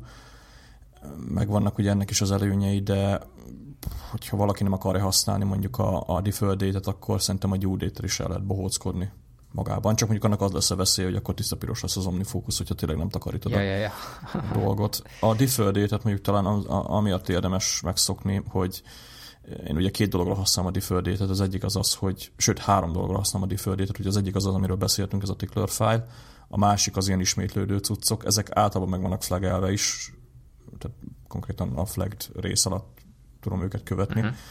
meg vannak ugye ennek is az előnyei, de hogyha valaki nem akarja használni mondjuk a, a defer date-et, akkor szerintem a due date-tel is el lehet bohóckodni magában. Csak mondjuk annak az lesz a veszély, hogy akkor tiszta piros lesz az OmniFocus, hogyha tényleg nem takarítod ja, a ja, ja. dolgot. A defer date-et mondjuk talán amiatt érdemes megszokni, hogy én ugye két dologra használom a deferred date-et, az egyik az az, hogy, sőt három dologra használom a deferred date-et, ugye az egyik az az, amiről beszéltünk, ez a tickler file, a másik az ilyen ismétlődő cuccok, ezek általában meg vannak flagelve is, tehát konkrétan a flagged rész alatt tudom őket követni, uh-huh.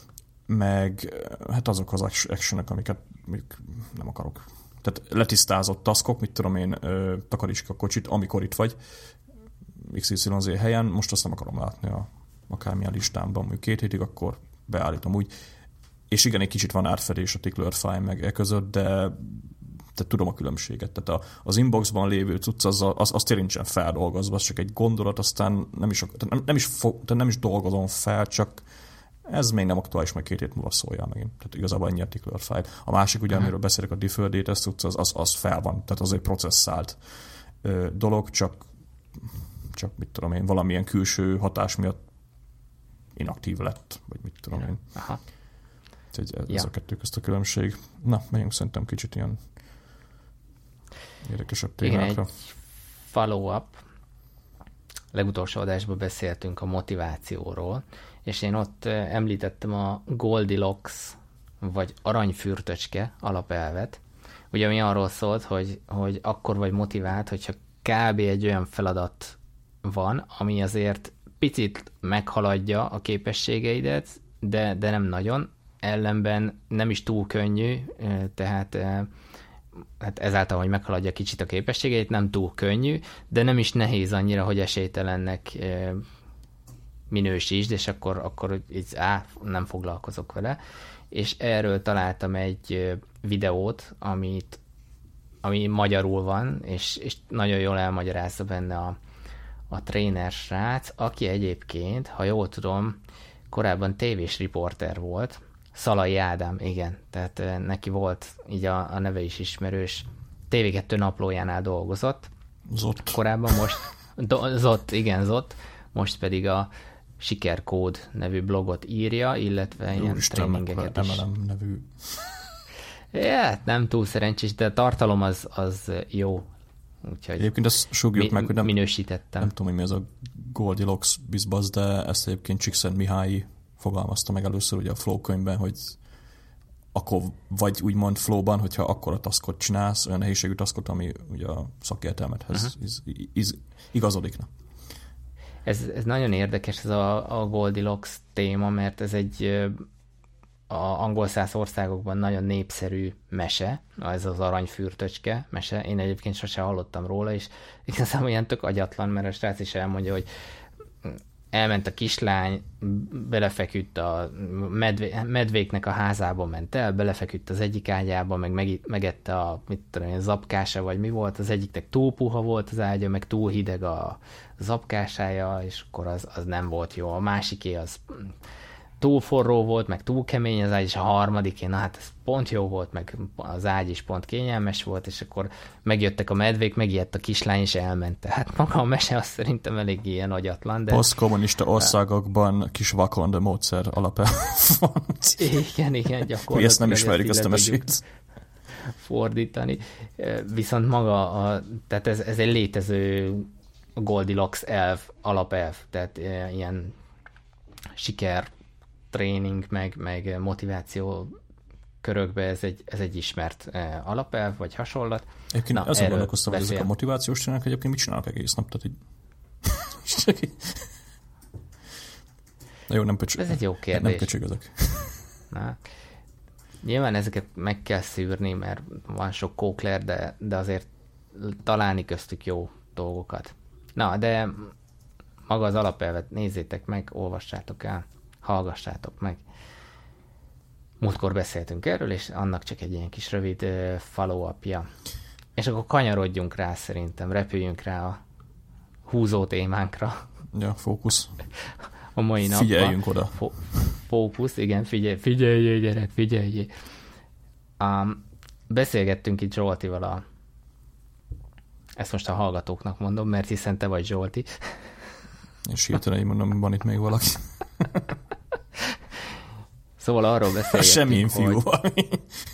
meg hát azok az actionek, amiket nem akarok. Tehát letisztázott taskok, mit tudom én, takaríts a kocsit, amikor itt vagy, iksz ipszilon zé helyen, most azt nem akarom látni a akármilyen listámban, mondjuk két hétig, akkor beállítom úgy. És igen, egy kicsit van átfedés a tickler file meg e között, de, de tudom a különbséget. Tehát a, az inboxban lévő cucc, az, az, az tényleg nincsen feldolgozva, az csak egy gondolat, aztán nem is, nem, nem, is, fog, nem is dolgozom fel, csak ez még nem aktuális, majd két hét múlva szóljál megint. Tehát igazából ennyi a tickler file. A másik, ugye, amiről beszélek, a deferred date cucc, az, az, az fel van, tehát az egy processzált ö, dolog, csak, csak mit tudom én, valamilyen külső hatás miatt inaktív lett, vagy mit tudom én. Aha. Ez, ez ja. a kettő közt a különbség. Na, menjünk szerintem kicsit ilyen érdekesebb témákra. Igen, egy follow-up. Legutolsó adásban beszéltünk a motivációról, és én ott említettem a Goldilocks, vagy aranyfürtöcske alapelvet, ugye ami arról szólt, hogy, hogy akkor vagy motivált, hogyha kb. Egy olyan feladat van, ami azért picit meghaladja a képességeidet, de, de nem nagyon, ellenben nem is túl könnyű, tehát hát ezáltal, hogy meghaladja kicsit a képességeit, nem túl könnyű, de nem is nehéz annyira, hogy esélytelennek minősítsd, és akkor, akkor így, á, nem foglalkozok vele. És erről találtam egy videót, amit, ami magyarul van, és, és nagyon jól elmagyarázza benne a, a tréner srác, aki egyébként, ha jól tudom, korábban tévés riporter volt, Szalai Ádám, igen, tehát neki volt, így a, a neve is ismerős, té vé kettő naplójánál dolgozott. Zott. Korábban most, do, Zott, igen, Zott, most pedig a Sikerkód nevű blogot írja, illetve Jó, ilyen Isten, tréningeket is. em el em nevű. Ja, nem túl szerencsés, de a tartalom az, az jó. Úgyhogy egyébként ezt sugjuk mi, meg, hogy nem, minősítettem. nem tudom, hogy mi ez a Goldilocks bizbasz, de ezt egyébként Csíkszent Mihály fogalmazta meg először ugye a Flow könyvben, hogy akkor vagy úgymond Flow-ban, hogyha akkora taskot csinálsz, olyan nehézségű taskot, ami ugye a szakértelmedhez uh-huh. iz, iz, igazodik. Na. Ez, ez nagyon érdekes, ez a, a Goldilocks téma, mert ez egy a angol száz országokban nagyon népszerű mese, ez az aranyfürtöcske mese. Én egyébként sose hallottam róla, és igazából ilyen tök agyatlan, mert a srác is elmondja, hogy elment a kislány, belefeküdt a medvé, medvéknek a házába ment el, belefeküdt az egyik ágyába, meg, meg megette a mit tudom én, zapkása, vagy mi volt, az egyiknek túl puha volt az ágya, meg túl hideg a zapkásája, és akkor az, az nem volt jó. A másiké az túl forró volt, meg túl kemény az ágy, és a harmadiké, na hát ez pont jó volt, meg az ágy is pont kényelmes volt, és akkor megjöttek a medvék, megijedt a kislány, és elment. Tehát maga a mese azt szerintem elég ilyen agyatlan, de... Posztkommunista országokban kis vakond módszer alapján van. Igen, igen, gyakorlatilag. Mi ezt nem ismerjük, ezt a mesét. Fordítani. Viszont maga, a, tehát ez, ez egy létező Goldilocks elv, alapelv, tehát ilyen siker tréning, meg, meg motiváció körökbe ez egy, ez egy ismert eh, alapelv, vagy hasonlat. Egyébként azon gondolkoztam, hogy ezek a motivációs trének egyébként mit csinálnak egész nap? Tehát így... Na jó, nem pöcsög. Ez egy jó kérdés. Nem pöcsög ezek. Na, nyilván ezeket meg kell szűrni, mert van sok kókler, de, de azért találni köztük jó dolgokat. Na, de maga az alapelvet nézzétek meg, olvassátok el, hallgassátok meg. Múltkor beszéltünk erről, és annak csak egy ilyen kis rövid uh, follow-upja. És akkor kanyarodjunk rá szerintem, repüljünk rá a húzó témánkra. Ja, fókusz. A mai napban. Figyeljünk oda. Fo- fókusz, igen, figyelj, figyeljél, gyerek, figyeljél. Um, beszélgettünk itt Zsoltival a... Ezt most a hallgatóknak mondom, mert hiszen te vagy Zsolti. És hirtelen így mondom, van itt még valaki. Szóval arról beszélgettünk, Semmilyen fiú valami.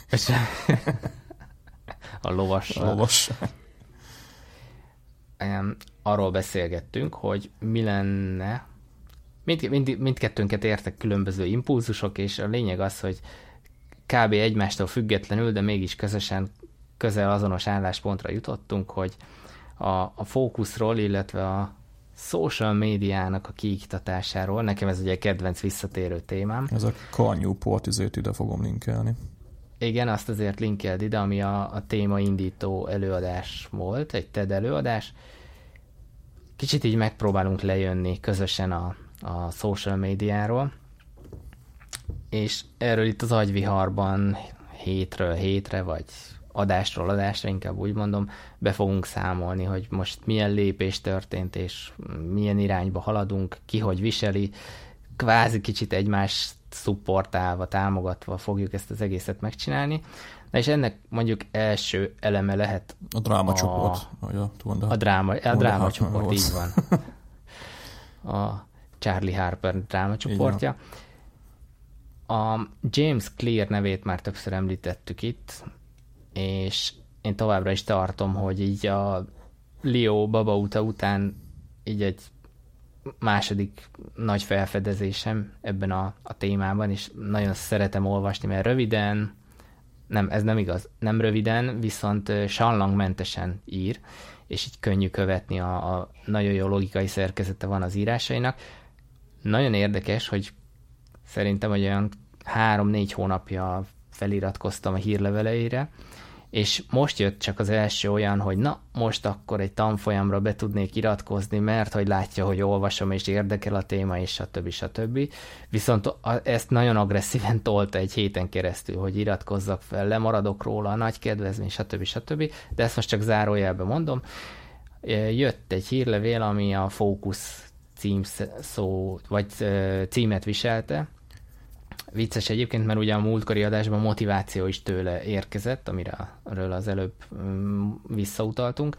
A lovassal. A lovassal. Arról beszélgettünk, hogy mi lenne... Mind, mind, mindkettőnket értek különböző impulzusok, és a lényeg az, hogy kb. Egymástól függetlenül, de mégis közösen közel azonos álláspontra jutottunk, hogy a, a fókuszról, illetve a social médiának a kiiktatásáról, nekem ez ugye kedvenc visszatérő témám. Ez a Car Newport, ezért ide fogom linkelni. Igen, azt azért linkeld ide, ami a, a téma indító előadás volt, egy TED előadás. Kicsit így megpróbálunk lejönni közösen a, a social médiáról, és erről itt az agyviharban hétről hétre, vagy adásról adásra, inkább úgy mondom, be fogunk számolni, hogy most milyen lépés történt, és milyen irányba haladunk, ki hogy viseli, kvázi kicsit egymást szupportálva, támogatva fogjuk ezt az egészet megcsinálni. Na és ennek mondjuk első eleme lehet a drámacsoport. A, a, a dráma, a drámacsoport, így van. A Charlie Harper drámacsoportja. A James Clear nevét már többször említettük itt, és én továbbra is tartom, hogy így a Leo Babauta után így egy második nagy felfedezésem ebben a, a témában, és nagyon szeretem olvasni, mert röviden, nem, ez nem igaz, nem röviden, viszont sallangmentesen ír, és így könnyű követni, a, a nagyon jó logikai szerkezete van az írásainak. Nagyon érdekes, hogy szerintem hogy olyan három-négy hónapja feliratkoztam a hírleveleire, és most jött csak az első olyan, hogy na, most akkor egy tanfolyamra be tudnék iratkozni, mert hogy látja, hogy olvasom, és érdekel a téma, és stb. stb. Viszont ezt nagyon agresszíven tolta egy héten keresztül, hogy iratkozzak fel, lemaradok róla, a nagy kedvezmény, stb. stb. De ezt most csak zárójelben mondom. Jött egy hírlevél, ami a Fókusz címszó, vagy címet viselte. Vicces egyébként, mert ugye a múltkori adásban motiváció is tőle érkezett, amiről az előbb visszautaltunk.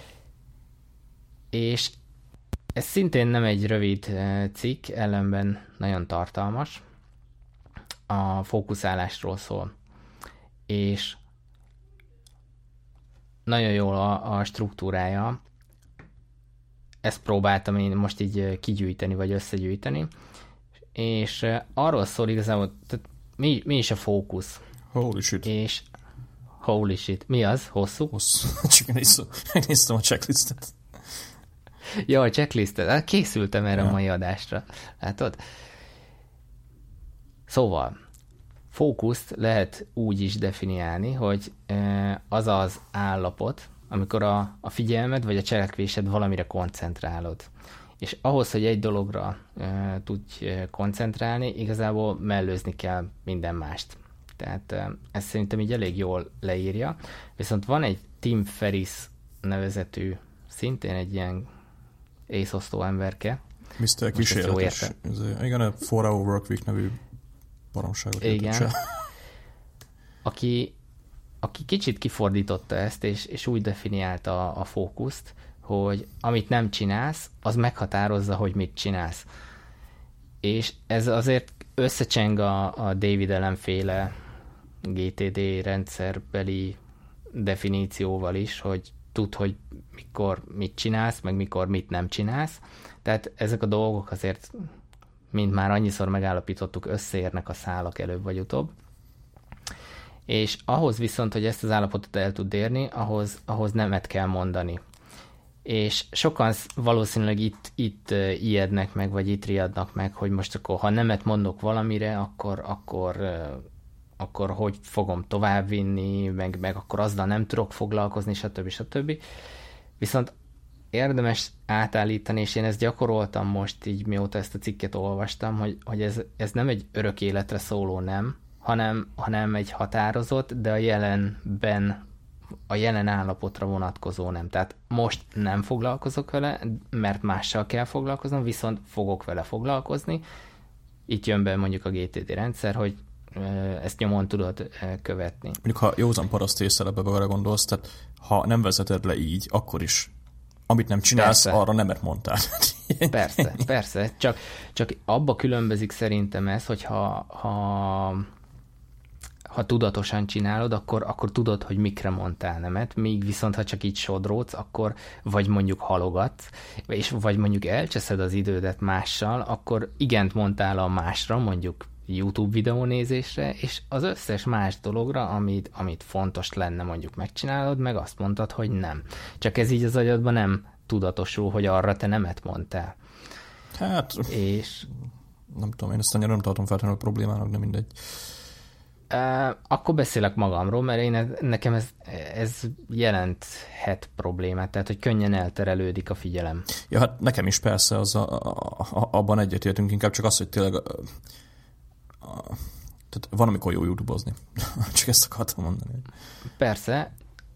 És ez szintén nem egy rövid cikk, ellenben nagyon tartalmas. A fókuszálásról szól. És nagyon jól a, a struktúrája. Ezt próbáltam én most így kigyűjteni, vagy összegyűjteni. És arról szól igazából, tehát mi, mi is a fókusz? Holy shit. És holy shit. Mi az? Hosszú? Hosszú. Csak megnéztem a checklistet. Ja, a checklistet. Készültem erre ja. a mai adásra. Látod? Szóval, fókuszt lehet úgy is definiálni, hogy az az állapot, amikor a, a figyelmed vagy a cselekvésed valamire koncentrálod. És ahhoz, hogy egy dologra e, tudj koncentrálni, igazából mellőzni kell minden mást. Tehát e, ezt szerintem így elég jól leírja. Viszont van egy Tim Ferriss nevezetű, szintén egy ilyen észosztó emberke. miszter Kísérletes. Igen, a four hour Workweek nevű baromságot. Igen. Aki, aki kicsit kifordította ezt, és, és úgy definiálta a, a fókuszt, hogy amit nem csinálsz, az meghatározza, hogy mit csinálsz. És ez azért összecseng a, a David Allen féle gé té dé rendszerbeli definícióval is, hogy tudd, hogy mikor mit csinálsz, meg mikor mit nem csinálsz. Tehát ezek a dolgok azért, mint már annyiszor megállapítottuk, összeérnek a szálak előbb vagy utóbb. És ahhoz viszont, hogy ezt az állapotot el tud érni, ahhoz, ahhoz nemet kell mondani. És sokan valószínűleg itt, itt ijednek meg, vagy itt riadnak meg, hogy most akkor, ha nemet mondok valamire, akkor, akkor, akkor hogy fogom továbbvinni, meg, meg akkor azzal nem tudok foglalkozni, stb. stb. Viszont érdemes átállítani, és én ezt gyakoroltam most így, mióta ezt a cikket olvastam, hogy, hogy ez, ez nem egy örök életre szóló nem, hanem, hanem egy határozott, de a jelenben a jelen állapotra vonatkozó nem. Tehát most nem foglalkozok vele, mert mással kell foglalkoznom, viszont fogok vele foglalkozni. Itt jön be mondjuk a gé té dé rendszer, hogy ezt nyomon tudod követni. Mondjuk, ha józan paraszt észre ebbe arra gondolsz, tehát ha nem vezeted le így, akkor is amit nem csinálsz, persze. Arra nemet mondtál. Persze, persze. Csak, csak abba különbözik szerintem ez, hogy ha, ha ha tudatosan csinálod, akkor, akkor tudod, hogy mikre mondtál nemet, míg viszont, ha csak így sodródsz, akkor vagy mondjuk halogatsz, és vagy mondjuk elcseszed az idődet mással, akkor igent mondtál a másra, mondjuk YouTube videónézésre, és az összes más dologra, amit, amit fontos lenne mondjuk megcsinálod, meg azt mondtad, hogy nem. Csak ez így az agyadban nem tudatosul, hogy arra te nemet mondtál. Hát, és nem tudom, én ezt annyira nem tartom feltétlenül a problémának, de mindegy. Uh, akkor beszélek magamról, mert én, nekem ez, ez jelenthet problémát, tehát hogy könnyen elterelődik a figyelem. Ja, hát nekem is persze, az a, a, a, abban egyetértünk, inkább csak az, hogy tényleg a, a, tehát van, amikor jó YouTube-ozni. Csak ezt akartam mondani. Persze,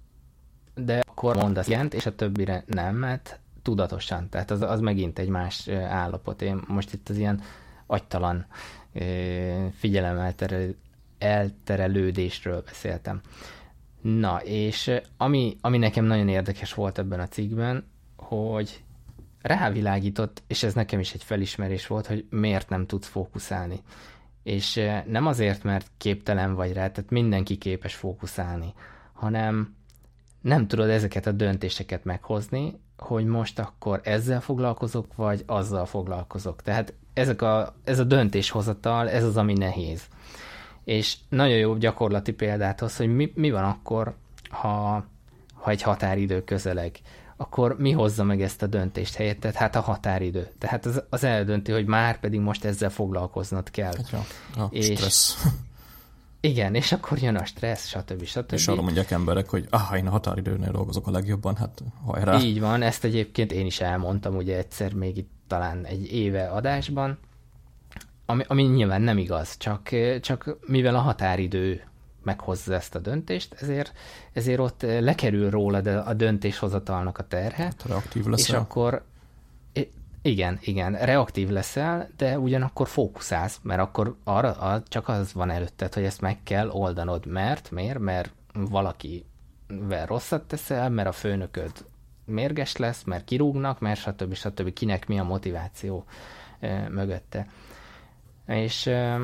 de akkor mondasz igent, és a többire nem, mert tudatosan, tehát az, az megint egy más állapot. Én most itt az ilyen agytalan figyelem elterelő elterelődésről beszéltem. Na, és ami, ami nekem nagyon érdekes volt ebben a cikkben, hogy rávilágított, és ez nekem is egy felismerés volt, hogy miért nem tudsz fókuszálni. És nem azért, mert képtelen vagy rá, tehát mindenki képes fókuszálni, hanem nem tudod ezeket a döntéseket meghozni, hogy most akkor ezzel foglalkozok, vagy azzal foglalkozok. Tehát ezek a, ez a döntéshozatal, ez az, ami nehéz. És nagyon jó gyakorlati példát hoz, hogy mi, mi van akkor, ha, ha egy határidő közeleg. Akkor mi hozza meg ezt a döntést helyetted? Hát a határidő. Tehát az, az eldönti, hogy már pedig most ezzel foglalkoznod kell. Hát ja, a és stressz. Igen, és akkor jön a stressz, stb. stb. És arra mondják emberek, hogy ah, én a határidőnél dolgozok a legjobban, hát hajrá. Így van, ezt egyébként én is elmondtam ugye egyszer még itt talán egy éve adásban, ami, ami nyilván nem igaz, csak, csak mivel a határidő meghozza ezt a döntést, ezért, ezért ott lekerül rólad a döntéshozatalnak a terhe. Hát reaktív leszel. És akkor igen, igen, reaktív leszel, de ugyanakkor fókuszálsz, mert akkor arra csak az van előtted, hogy ezt meg kell oldanod. Mert? Miért? Mert valakivel rosszat teszel, mert a főnököd mérges lesz, mert kirúgnak, mert stb. stb. Kinek mi a motiváció e, mögötte. És, e,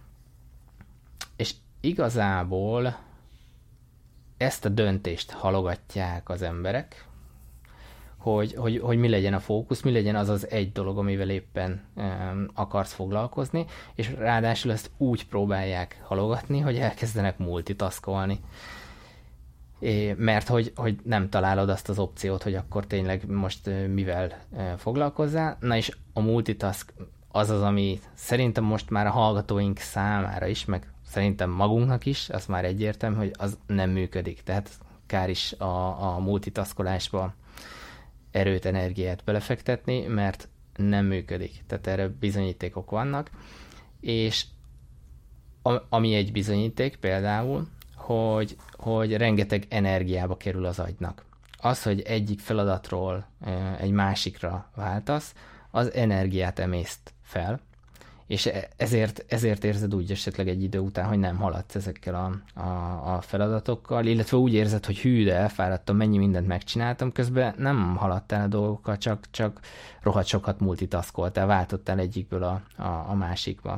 és igazából ezt a döntést halogatják az emberek, Hogy, hogy, hogy mi legyen a fókusz, mi legyen az az egy dolog, amivel éppen um, akarsz foglalkozni, és ráadásul ezt úgy próbálják halogatni, hogy elkezdenek multitaskolni. É, mert hogy, hogy nem találod azt az opciót, hogy akkor tényleg most uh, mivel uh, foglalkozzál. Na és a multitask az az, ami szerintem most már a hallgatóink számára is, meg szerintem magunknak is, az már egyértelmű, hogy az nem működik. Tehát kár is a, a multitaskolásba erőt, energiát belefektetni, mert nem működik. Tehát erre bizonyítékok vannak, és ami egy bizonyíték például, hogy, hogy rengeteg energiába kerül az agynak. Az, hogy egyik feladatról egy másikra váltasz, az energiát emészt fel, és ezért, ezért érzed úgy esetleg egy idő után, hogy nem haladsz ezekkel a, a, a feladatokkal, illetve úgy érzed, hogy hű, de elfáradtam, mennyi mindent megcsináltam, közben nem haladtál a dolgokkal, csak, csak rohadt sokat multitaskoltál, váltottál egyikből a, a, a másikba.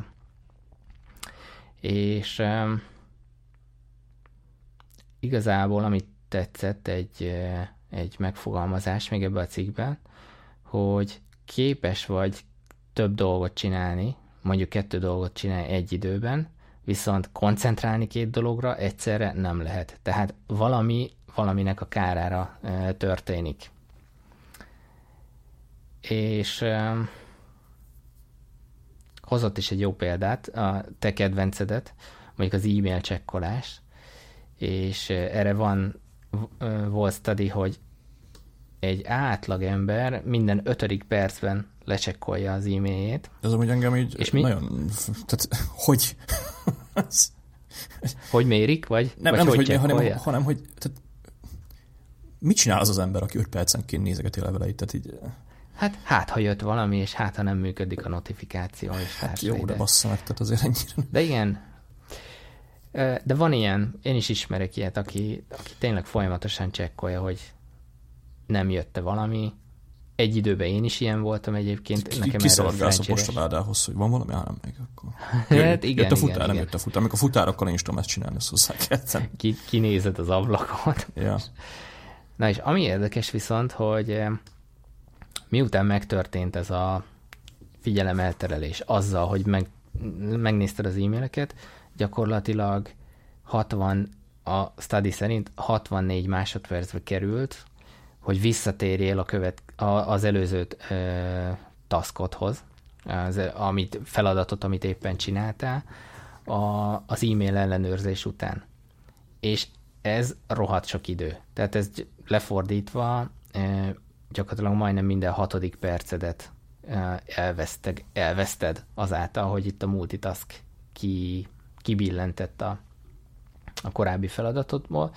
És um, igazából, amit tetszett egy, egy megfogalmazás még ebbe a cikkben, hogy képes vagy több dolgot csinálni, mondjuk kettő dolgot csinálni egy időben, viszont koncentrálni két dologra egyszerre nem lehet. Tehát valami valaminek a kárára e, történik. És e, hozott is egy jó példát, a te kedvencedet, mondjuk az e-mail csekkolás, és e, erre van e, volt study, hogy egy átlag ember minden ötödik percben lecsekkolja az e-mailjét. Ez amúgy engem így és mi? Nagyon... Tehát, hogy? Hogy mérik, vagy, nem, vagy nem, hogy, hogy hanem, hanem, hogy tehát, mit csinál az az ember, aki öt percenként nézegeti a leveleit? Tehát így... Hát, hát, ha jött valami, és hát, ha nem működik a notifikáció. És hát jó, de bassza meg, tehát azért ennyire. De igen. De van ilyen, én is ismerek ilyet, aki, aki tényleg folyamatosan csekkolja, hogy nem jött-e valami. Egy időben én is ilyen voltam egyébként. Ki, kiszaladgálsz a postaládához, hogy van valami, hanem még akkor. Hát igen, jött a futár, igen, nem igen. jött a futár. Amikor a futárokkal én is tudom ezt csinálni, ezt hozzá kell. Ki, kinézed az ablakot. Ja. Na és ami érdekes viszont, hogy miután megtörtént ez a figyelemelterelés azzal, hogy meg, megnézted az e-maileket, gyakorlatilag hatvan, a study szerint hatvannégy másodpercbe került, hogy visszatérjél a követ, a, az előző ö, taskothoz, az, amit, feladatot, amit éppen csináltál, a, az e-mail ellenőrzés után. És ez rohadt sok idő. Tehát ez lefordítva ö, gyakorlatilag majdnem minden hatodik percedet ö, elveszteg, elveszted azáltal, hogy itt a multitask ki, kibillentett a, a korábbi feladatodból.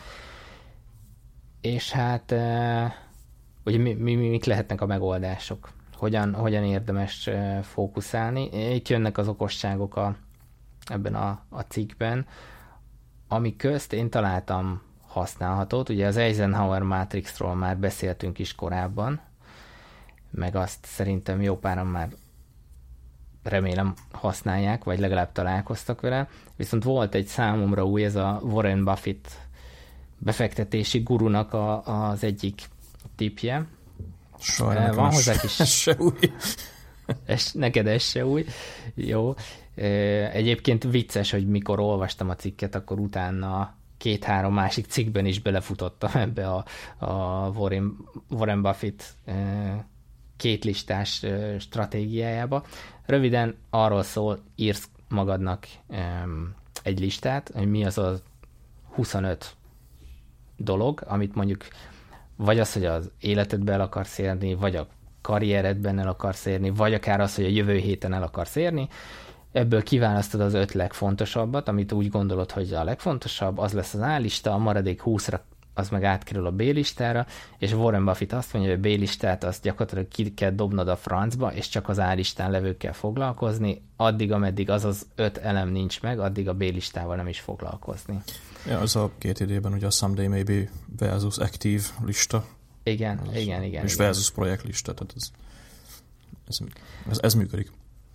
És hát ugye mi, mi, mik lehetnek a megoldások? Hogyan, hogyan érdemes fókuszálni? Itt jönnek az okosságok a, ebben a, a cikkben, ami közt én találtam használhatót. Ugye az Eisenhower Matrixról már beszéltünk is korábban, meg azt szerintem jó páran már remélem használják, vagy legalább találkoztak vele. Viszont volt egy számomra új, ez a Warren Buffett befektetési gurunak a, az egyik tippje. Sajnálom, van hozzá kis... Ez se új. Ez, neked ez se új. Jó. Egyébként vicces, hogy mikor olvastam a cikket, akkor utána két-három másik cikkben is belefutottam ebbe a, a Warren, Warren Buffett két listás stratégiájába. Röviden arról szól, írsz magadnak egy listát, hogy mi az a huszonöt dolog, amit mondjuk vagy az, hogy az életedben el akarsz érni, vagy a karrieredben el akarsz érni, vagy akár az, hogy a jövő héten el akarsz érni. Ebből kiválasztod az öt legfontosabbat, amit úgy gondolod, hogy a legfontosabb, az lesz az A lista, a maradék húszra az meg átkerül a B listára, és Warren Buffett azt mondja, hogy a B listát azt gyakorlatilag ki kell dobnod a francba, és csak az A listán levőkkel foglalkozni, addig, ameddig az az öt elem nincs meg, addig a B listával nem is foglalkozni. Ja, az a két idében ugye a Someday Maybe versus Active lista. Igen, az, igen, igen. És igen. versus projekt lista, tehát ez, ez, ez, ez működik.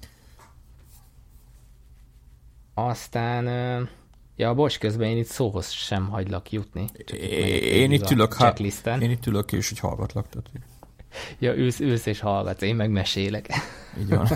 Aztán, ja, bocs, közben én itt szóhoz sem hagylak jutni. Én itt, ülök, há... én itt ülök, és így hallgatlak. Tehát... Ja, ülsz, ülsz és hallgatsz, én meg mesélek. Így van.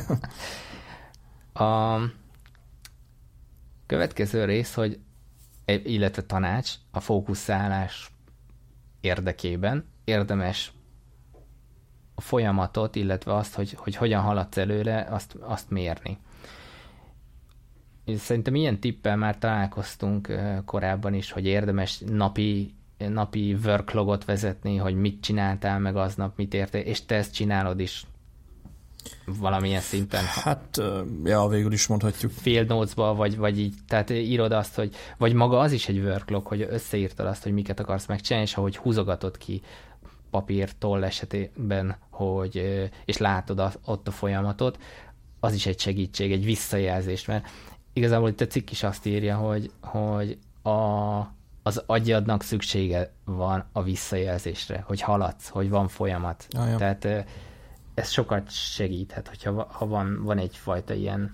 A következő rész, hogy illetve tanács, a fókuszálás érdekében érdemes a folyamatot, illetve azt, hogy, hogy hogyan haladsz előre, azt, azt mérni. Szerintem ilyen tippel már találkoztunk korábban is, hogy érdemes napi, napi worklogot vezetni, hogy mit csináltál meg aznap, mit értél, és te ezt csinálod is valamilyen szinten. Hát, ja, végül is mondhatjuk. Field Notes-ba, vagy, vagy így, tehát írod azt, hogy, vagy maga az is egy worklog, hogy összeírtad azt, hogy miket akarsz megcsinálni, és ahogy húzogatod ki papír, toll esetében, hogy, és látod a, ott a folyamatot, az is egy segítség, egy visszajelzés, mert igazából itt a cikk is azt írja, hogy, hogy a, az agyadnak szüksége van a visszajelzésre, hogy haladsz, hogy van folyamat. Ah, ja. Tehát ez sokat segíthet, hogyha ha van, van egyfajta ilyen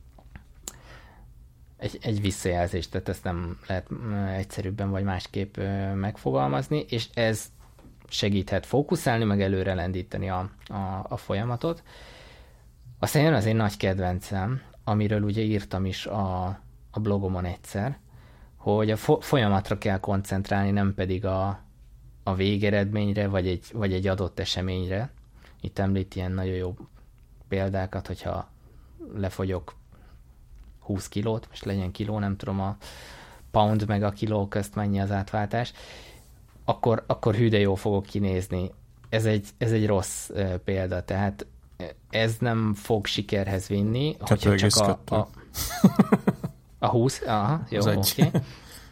egy, egy visszajelzés, tehát ezt nem lehet egyszerűbben vagy másképp megfogalmazni, és ez segíthet fókuszálni, meg előre lendíteni a, a, a folyamatot. Aztán jön az én nagy kedvencem, amiről ugye írtam is a, a blogomon egyszer, hogy a folyamatra kell koncentrálni, nem pedig a, a végeredményre, vagy egy, vagy egy adott eseményre. Itt említ ilyen nagyon jó példákat, hogyha lefogyok húsz kilót, most legyen kiló, nem tudom a pound meg a kiló közt mennyi az átváltás, akkor, akkor hű de jó fogok kinézni. Ez egy, ez egy rossz uh, példa, tehát ez nem fog sikerhez vinni, hogyha csak a, a, a húsz, aha, jó, oké. Okay.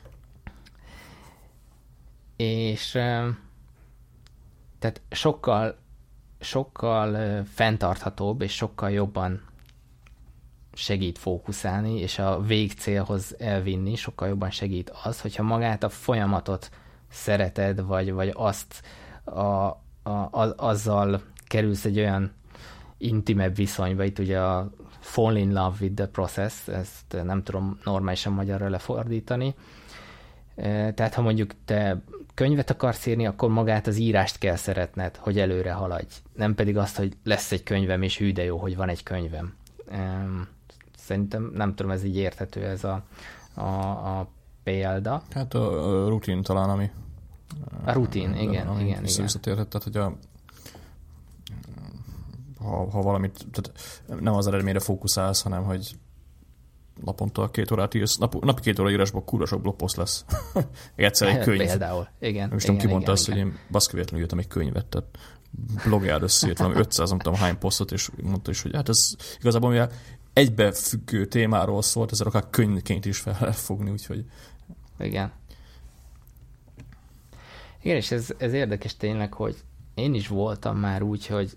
És uh, tehát sokkal sokkal uh, fenntarthatóbb és sokkal jobban segít fókuszálni, és a végcélhoz elvinni sokkal jobban segít az, hogyha magát a folyamatot szereted, vagy, vagy azt a, a, a, azzal kerülsz egy olyan intimebb viszonyba, itt ugye a fall in love with the process, ezt nem tudom normálisan magyarra lefordítani. Tehát ha mondjuk te könyvet akarsz írni, akkor magát az írást kell szeretned, hogy előre haladj. Nem pedig azt, hogy lesz egy könyvem, és hű de jó, hogy van egy könyvem. Szerintem nem tudom, ez így érthető ez a, a, a példa. Hát a, a rutin talán, ami... A rutin, a, igen, ami igen, igen. Visszatérhet, tehát hogy a, ha, ha valamit, tehát nem az eredményre fókuszálsz, hanem hogy naponta két órát írsz, nap, napi két óra írásból kurva sok blogpost lesz. Egyszer egy könyv. Például, igen. Nem is tudom, ki mondta azt, hogy én baszkivétlenül írtam egy könyvet, tehát blogjár összeírt valami ötszáz, nem tudom hány posztot, és mondta is, hogy hát ez igazából mivel egybefüggő témáról szólt, ezzel akár könyvként is fel lehet fogni, úgyhogy... Igen. Igen, és ez, ez érdekes tényleg, hogy én is voltam már úgy, hogy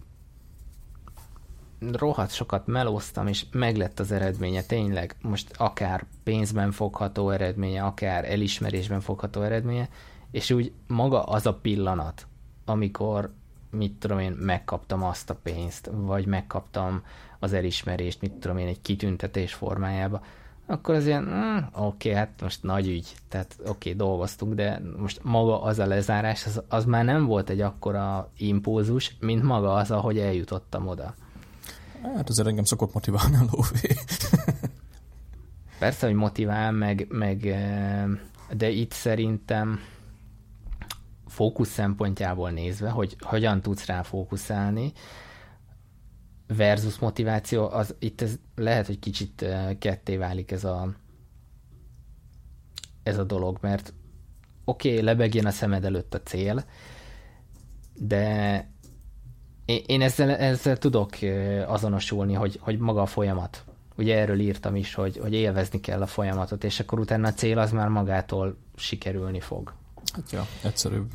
rohadt sokat melóztam, és meglett az eredménye tényleg, most akár pénzben fogható eredménye, akár elismerésben fogható eredménye, és úgy maga az a pillanat, amikor, mit tudom én, megkaptam azt a pénzt, vagy megkaptam az elismerést, mit tudom én, egy kitüntetés formájába, akkor az ilyen, mm, oké, okay, hát most nagy ügy, tehát oké, okay, dolgoztunk, de most maga az a lezárás, az, az már nem volt egy akkora impulzus, mint maga az, ahogy eljutottam oda. Hát azért engem szokott motiválni a lóvé. Persze, hogy motivál, meg, meg, de itt szerintem fókusz szempontjából nézve, hogy hogyan tudsz rá fókuszálni, versus motiváció, az itt ez lehet, hogy kicsit ketté válik ez a ez a dolog, mert oké, okay, lebegjen a szemed előtt a cél, de én ezzel, ezzel tudok azonosulni, hogy, hogy maga a folyamat. Ugye erről írtam is, hogy, hogy élvezni kell a folyamatot, és akkor utána a cél az már magától sikerülni fog. Hát ja, egyszerűbb.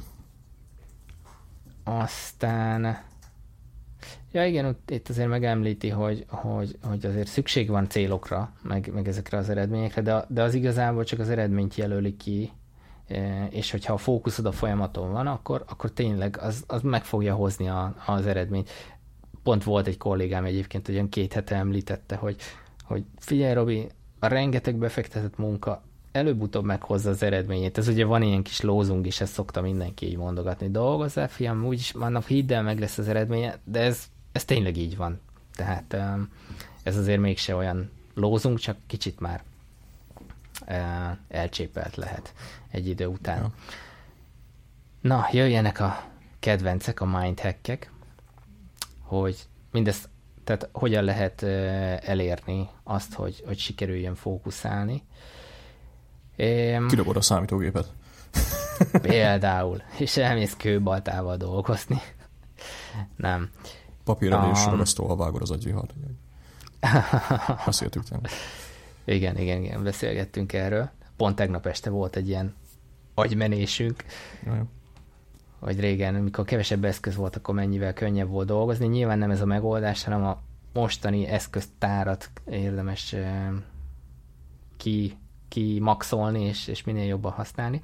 Aztán ja igen, itt azért megemlíti, hogy, hogy, hogy azért szükség van célokra, meg, meg ezekre az eredményekre, de, de az igazából csak az eredményt jelöli ki, és hogyha a fókuszod a folyamaton van, akkor, akkor tényleg az, az meg fogja hozni a, az eredményt. Pont volt egy kollégám egyébként, olyan két hete említette, hogy, hogy figyelj Robi, a rengeteg befektetett munka előbb-utóbb meghozza az eredményét. Ez ugye van ilyen kis lózung is, ezt szokta mindenki így mondogatni. Dolgozzál, fiam, úgyis annak hidd el, meg lesz az eredménye, de ez, ez tényleg így van. Tehát ez azért mégse olyan lózung, csak kicsit már elcsépelt lehet egy idő után. Ja. Na, jöjjenek a kedvencek, a mindhackek, hogy mindezt, tehát hogyan lehet elérni azt, hogy, hogy sikerüljön fókuszálni. Kidobod a számítógépet. Például, és elmész kőbaltával dolgozni. Nem. Papírral és ragasztóval vágod az agyvihart. Beszéltük tényleg. Igen, igen, igen, beszélgettünk erről. Pont tegnap este volt egy ilyen agymenésünk, Jaj. hogy régen, amikor kevesebb eszköz volt, akkor mennyivel könnyebb volt dolgozni. Nyilván nem ez a megoldás, hanem a mostani eszköztárat érdemes uh, ki, ki maxolni, és, és minél jobban használni.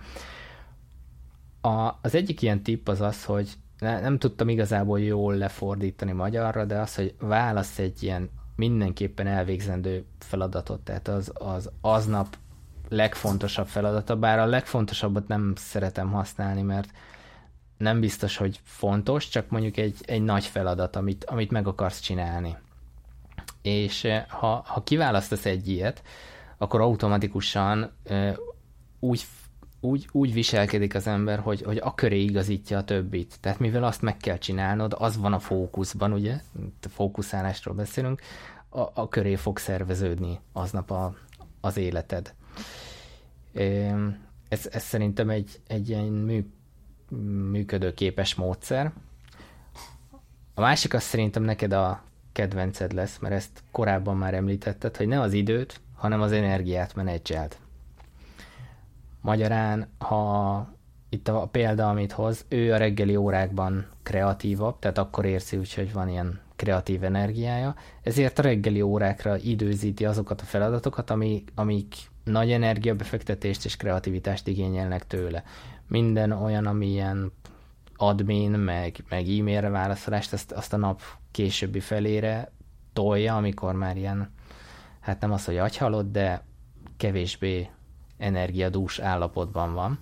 A, az egyik ilyen tipp az az, hogy ne, nem tudtam igazából jól lefordítani magyarra, de az, hogy válasz egy ilyen mindenképpen elvégzendő feladatot, tehát az, az aznap legfontosabb feladata, bár a legfontosabbat nem szeretem használni, mert nem biztos, hogy fontos, csak mondjuk egy, egy nagy feladat, amit, amit meg akarsz csinálni. És ha, ha kiválasztasz egy ilyet, akkor automatikusan uh, úgy, úgy, úgy viselkedik az ember, hogy, hogy a köré igazítja a többit. Tehát mivel azt meg kell csinálnod, az van a fókuszban, ugye? A fókuszálásról beszélünk, a, a köré fog szerveződni aznap a, az életed. Ez, ez szerintem egy, egy ilyen mű, működőképes módszer. A másik az szerintem neked a kedvenced lesz, mert ezt korábban már említetted, hogy ne az időt, hanem az energiát menedzselt. Magyarán, ha itt a példa, amit hoz, ő a reggeli órákban kreatívabb, tehát akkor érzi úgy, hogy van ilyen kreatív energiája, ezért a reggeli órákra időzíti azokat a feladatokat, amik, amik nagy energiabefektetést és kreativitást igényelnek tőle. Minden olyan, ami ilyen admin, meg, meg e-mailre válaszolást, azt, azt a nap későbbi felére tolja, amikor már ilyen, hát nem az, hogy agyhalott, de kevésbé energiadús állapotban van.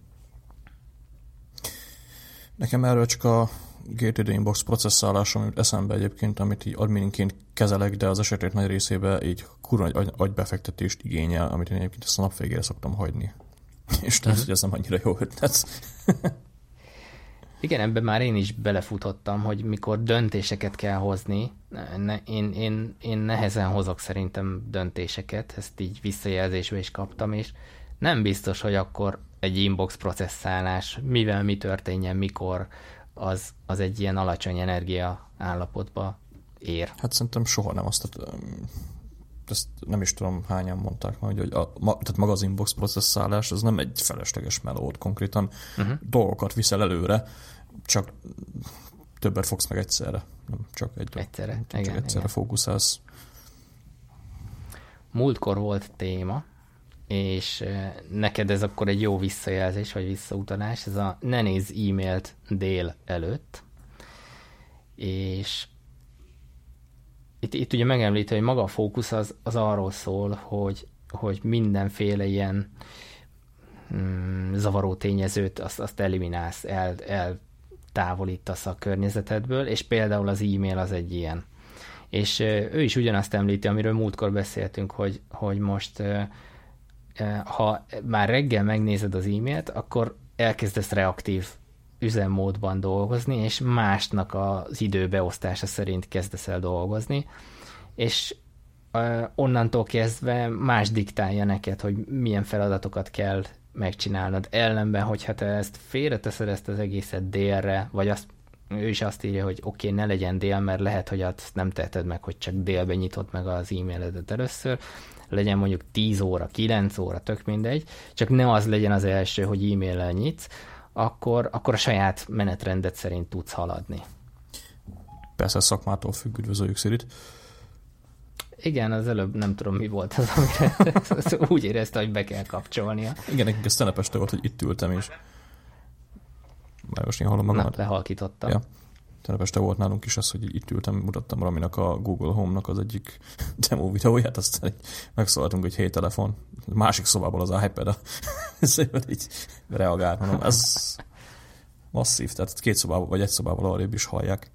Nekem erről csak a gé té dé Inbox processzálásom jut eszembe egyébként, amit így adminként kezelek, de az esetek nagy részében így kurva nagy agy, agybefektetést igényel, amit én egyébként ezt a nap végére szoktam hagyni. És lehet, hogy ez nem annyira jó ötlet. Igen, ebben már én is belefutottam, hogy mikor döntéseket kell hozni, ne, én, én, én nehezen hozok szerintem döntéseket, ezt így visszajelzésbe is kaptam, és nem biztos, hogy akkor egy inbox processzálás, mivel mi történjen, mikor, az, az egy ilyen alacsony energia állapotba ér. Hát szerintem soha nem azt, ezt nem is tudom hányan mondták majd, hogy a, ma, tehát maga az inbox processzálás, ez nem egy felesleges melód, konkrétan uh-huh. dolgokat viszel előre, csak többet fogsz meg egyszerre, nem csak egy, egyszerre, nem, igen, csak egyszerre igen. fókuszálsz. Múltkor volt téma, és neked ez akkor egy jó visszajelzés, vagy visszautalás, ez a ne nézz e-mailt dél előtt, és itt, itt ugye megemlítő, hogy maga a fókusz az, az arról szól, hogy hogy mindenféle ilyen mm, zavaró tényezőt azt, azt eliminálsz, el, eltávolítasz a környezetedből, és például az e-mail az egy ilyen. És ő is ugyanazt említi, amiről múltkor beszéltünk, hogy, hogy most ha már reggel megnézed az e-mailt, akkor elkezdesz reaktív üzemmódban dolgozni, és másnak az időbeosztása szerint kezdesz el dolgozni, és onnantól kezdve más diktálja neked, hogy milyen feladatokat kell megcsinálnod. Ellenben, hogyha te ezt félreteszed ezt az egészet délre, vagy azt, ő is azt írja, hogy oké, okay, ne legyen dél, mert lehet, hogy azt nem teheted meg, hogy csak délben nyitod meg az e-mailedet először, legyen mondjuk tíz óra, kilenc óra, tök mindegy, csak ne az legyen az első, hogy e-maillel nyitsz, akkor, akkor a saját menetrendet szerint tudsz haladni. Persze szakmától függ, üdvözöljük Szirit. Igen, az előbb nem tudom, mi volt az, amire úgy érezte, hogy be kell kapcsolnia. Igen, nekünk ez tegnap este volt, hogy itt ültem, és már most én hallom magamat. Na, lehalkítottam. Ja. Tegnap este volt nálunk is az, hogy itt ültem, mutattam Raminak a Google Home-nak az egyik demo videóját, aztán megszólaltunk, hogy hé, telefon. Másik szobából az iPad-a. Szépen így reagált, mondom, ez masszív, tehát két szobából, vagy egy szobából arrébb is hallják.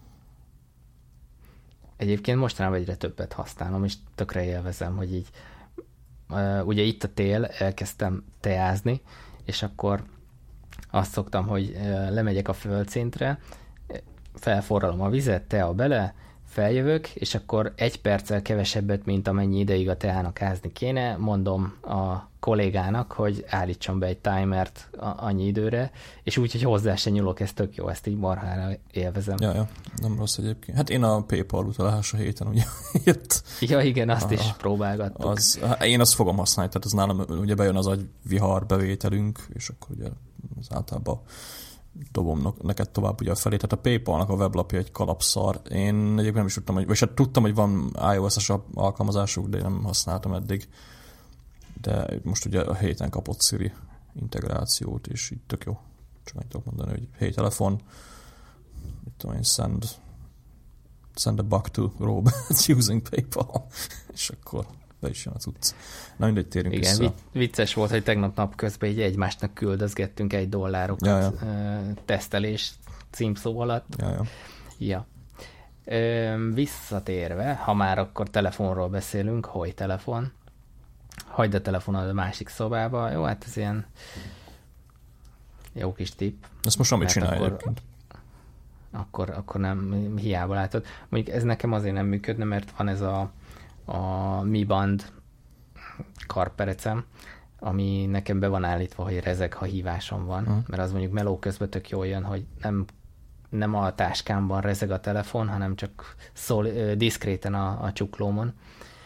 Egyébként mostanában egyre többet használom, és tökre élvezem, hogy így uh, ugye itt a tél, elkezdtem teázni, és akkor azt szoktam, hogy uh, lemegyek a földszintre, felforralom a vizet, tea bele, feljövök, és akkor egy perccel kevesebbet, mint amennyi ideig a teának ázni kéne, mondom a kollégának, hogy állítson be egy timert annyi időre, és úgy, hogy hozzá se nyúlok, ez tök jó, ezt így marhára élvezem. Ja, ja, nem rossz egyébként. Hát én a PayPal utalás a héten ugye jött. Ja, igen, azt a, is próbálgattuk. Az, én azt fogom használni, tehát az nálam ugye bejön az agyvihar bevételünk, és akkor ugye az általában dobom neked tovább ugye a felé. Tehát a PayPal-nak a weblapja egy kalapszar. Én egyébként nem is tudtam, hogy, vagy hát tudtam, hogy van iOS-es alkalmazásuk, de én nem használtam eddig. De most ugye a héten kapott Siri integrációt, és így tök jó. Csak meg tudok mondani, hogy hey, telefon, mit tudom én, send, send a buck to Robert using PayPal. És akkor be is jön a cucc. Na mindegy, térjünk igen, vissza. Vicces volt, hogy tegnap napközben így egymásnak küldözgettünk egy dollárokat ja, ja. tesztelés címszó alatt. Ja, ja. Ja. Ö, visszatérve, ha már akkor telefonról beszélünk, hogy telefon, hagyd a telefonod a másik szobába. Jó, hát ez ilyen jó kis tipp. Ezt most amit csinálja akkor, egyébként. Akkor, akkor nem hiába látod. Mondjuk ez nekem azért nem működne, mert van ez a, a Mi Band karperecem, ami nekem be van állítva, hogy rezeg, ha hívásom van. Uh. Mert az mondjuk meló közben tök jól jön, hogy nem, nem a táskámban rezeg a telefon, hanem csak szól uh, diszkréten a, a csuklómon.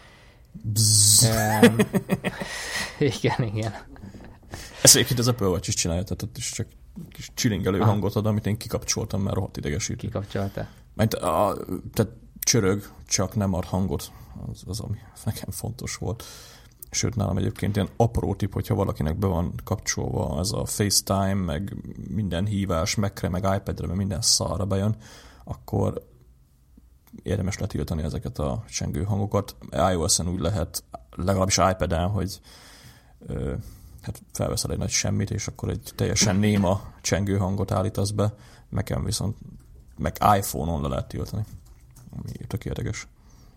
Um, igen, igen. Ez egyébként az Apple Watch is csinálja, tehát ott is csak kis csilingelő ah. hangot ad, amit én kikapcsoltam, mert rohadt idegesítő. Kikapcsolta? Mert a, tehát csörög, csak nem ad hangot. Az, az, ami nekem fontos volt. Sőt, nálam egyébként ilyen apró tipp, hogyha valakinek be van kapcsolva ez a FaceTime, meg minden hívás, Mac-re, meg iPad-re, meg minden szarra bejön, akkor érdemes letiltani ezeket a csengő hangokat. iOS-en úgy lehet, legalábbis iPad-en, hogy ö, hát felveszel egy nagy semmit, és akkor egy teljesen néma csengő hangot állítasz be, Mac-en viszont, meg iPhone-on le lehet tiltani. Ami tök érdekes.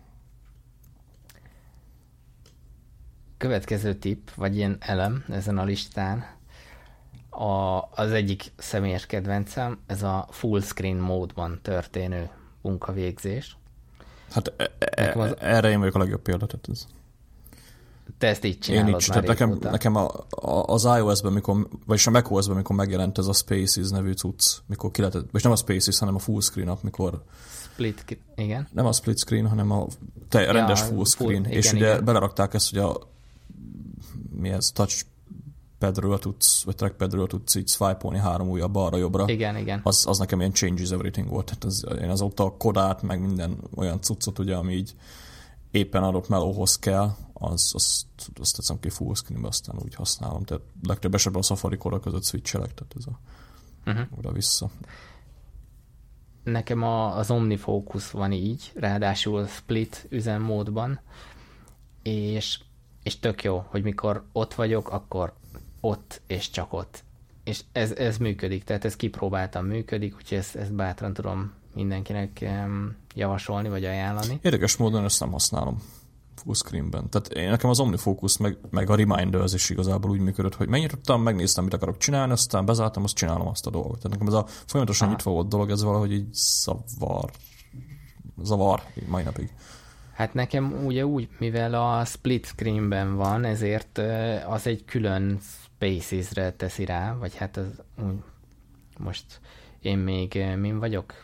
Következő tipp, vagy ilyen elem ezen a listán, a, az egyik személyes kedvencem, ez a full screen módban történő munkavégzés. Hát e- e- az... erre én vagyok a legjobb példa. Ez. Te ezt így csinálod én így, már nekem, nekem a, a, az iOS-ben, mikor, vagyis a macOS-ben, mikor megjelent ez a Spaces nevű cucc, mikor ki lehetett, vagy nem a Spaces, hanem a full screen, mikor split, igen. Nem a split screen, hanem a te, ja, rendes full screen. Full, és igen, ugye igen. belerakták ezt, hogy a mi ez, touchpadről tudsz, vagy trackpadről tudsz így swipe-olni három ujjal balra-jobbra. Igen, igen. Az, az nekem ilyen changes everything volt. Tehát az, én azóta a kodát, meg minden olyan cuccot, ugye, ami így éppen adott melóhoz kell, az, az, azt tetszem ki full screenbe, aztán úgy használom. Tehát legtöbb esetben a Safari koda között switchelek, tehát ez a uh-huh. oda-vissza. Nekem a, az OmniFocus van így, ráadásul split üzemmódban, és és tök jó, hogy mikor ott vagyok, akkor ott és csak ott. És ez, ez működik, tehát ez kipróbáltam, működik, úgyhogy ezt, ezt bátran tudom mindenkinek um, javasolni, vagy ajánlani. Érdekes módon ezt nem használom full screenben. Tehát én, nekem az OmniFocus meg, meg a Reminders is igazából úgy működött, hogy megnyitottam, megnéztem, mit akarok csinálni, aztán bezártam, azt csinálom azt a dolgot. Tehát nekem ez a folyamatosan Aha. nyitva volt dolog, ez valahogy így zavar. Zavar, így mai napig. Hát nekem ugye úgy, mivel a split screenben van, ezért az egy külön Spaces-re teszi rá, vagy hát az úgy, most én még min vagyok?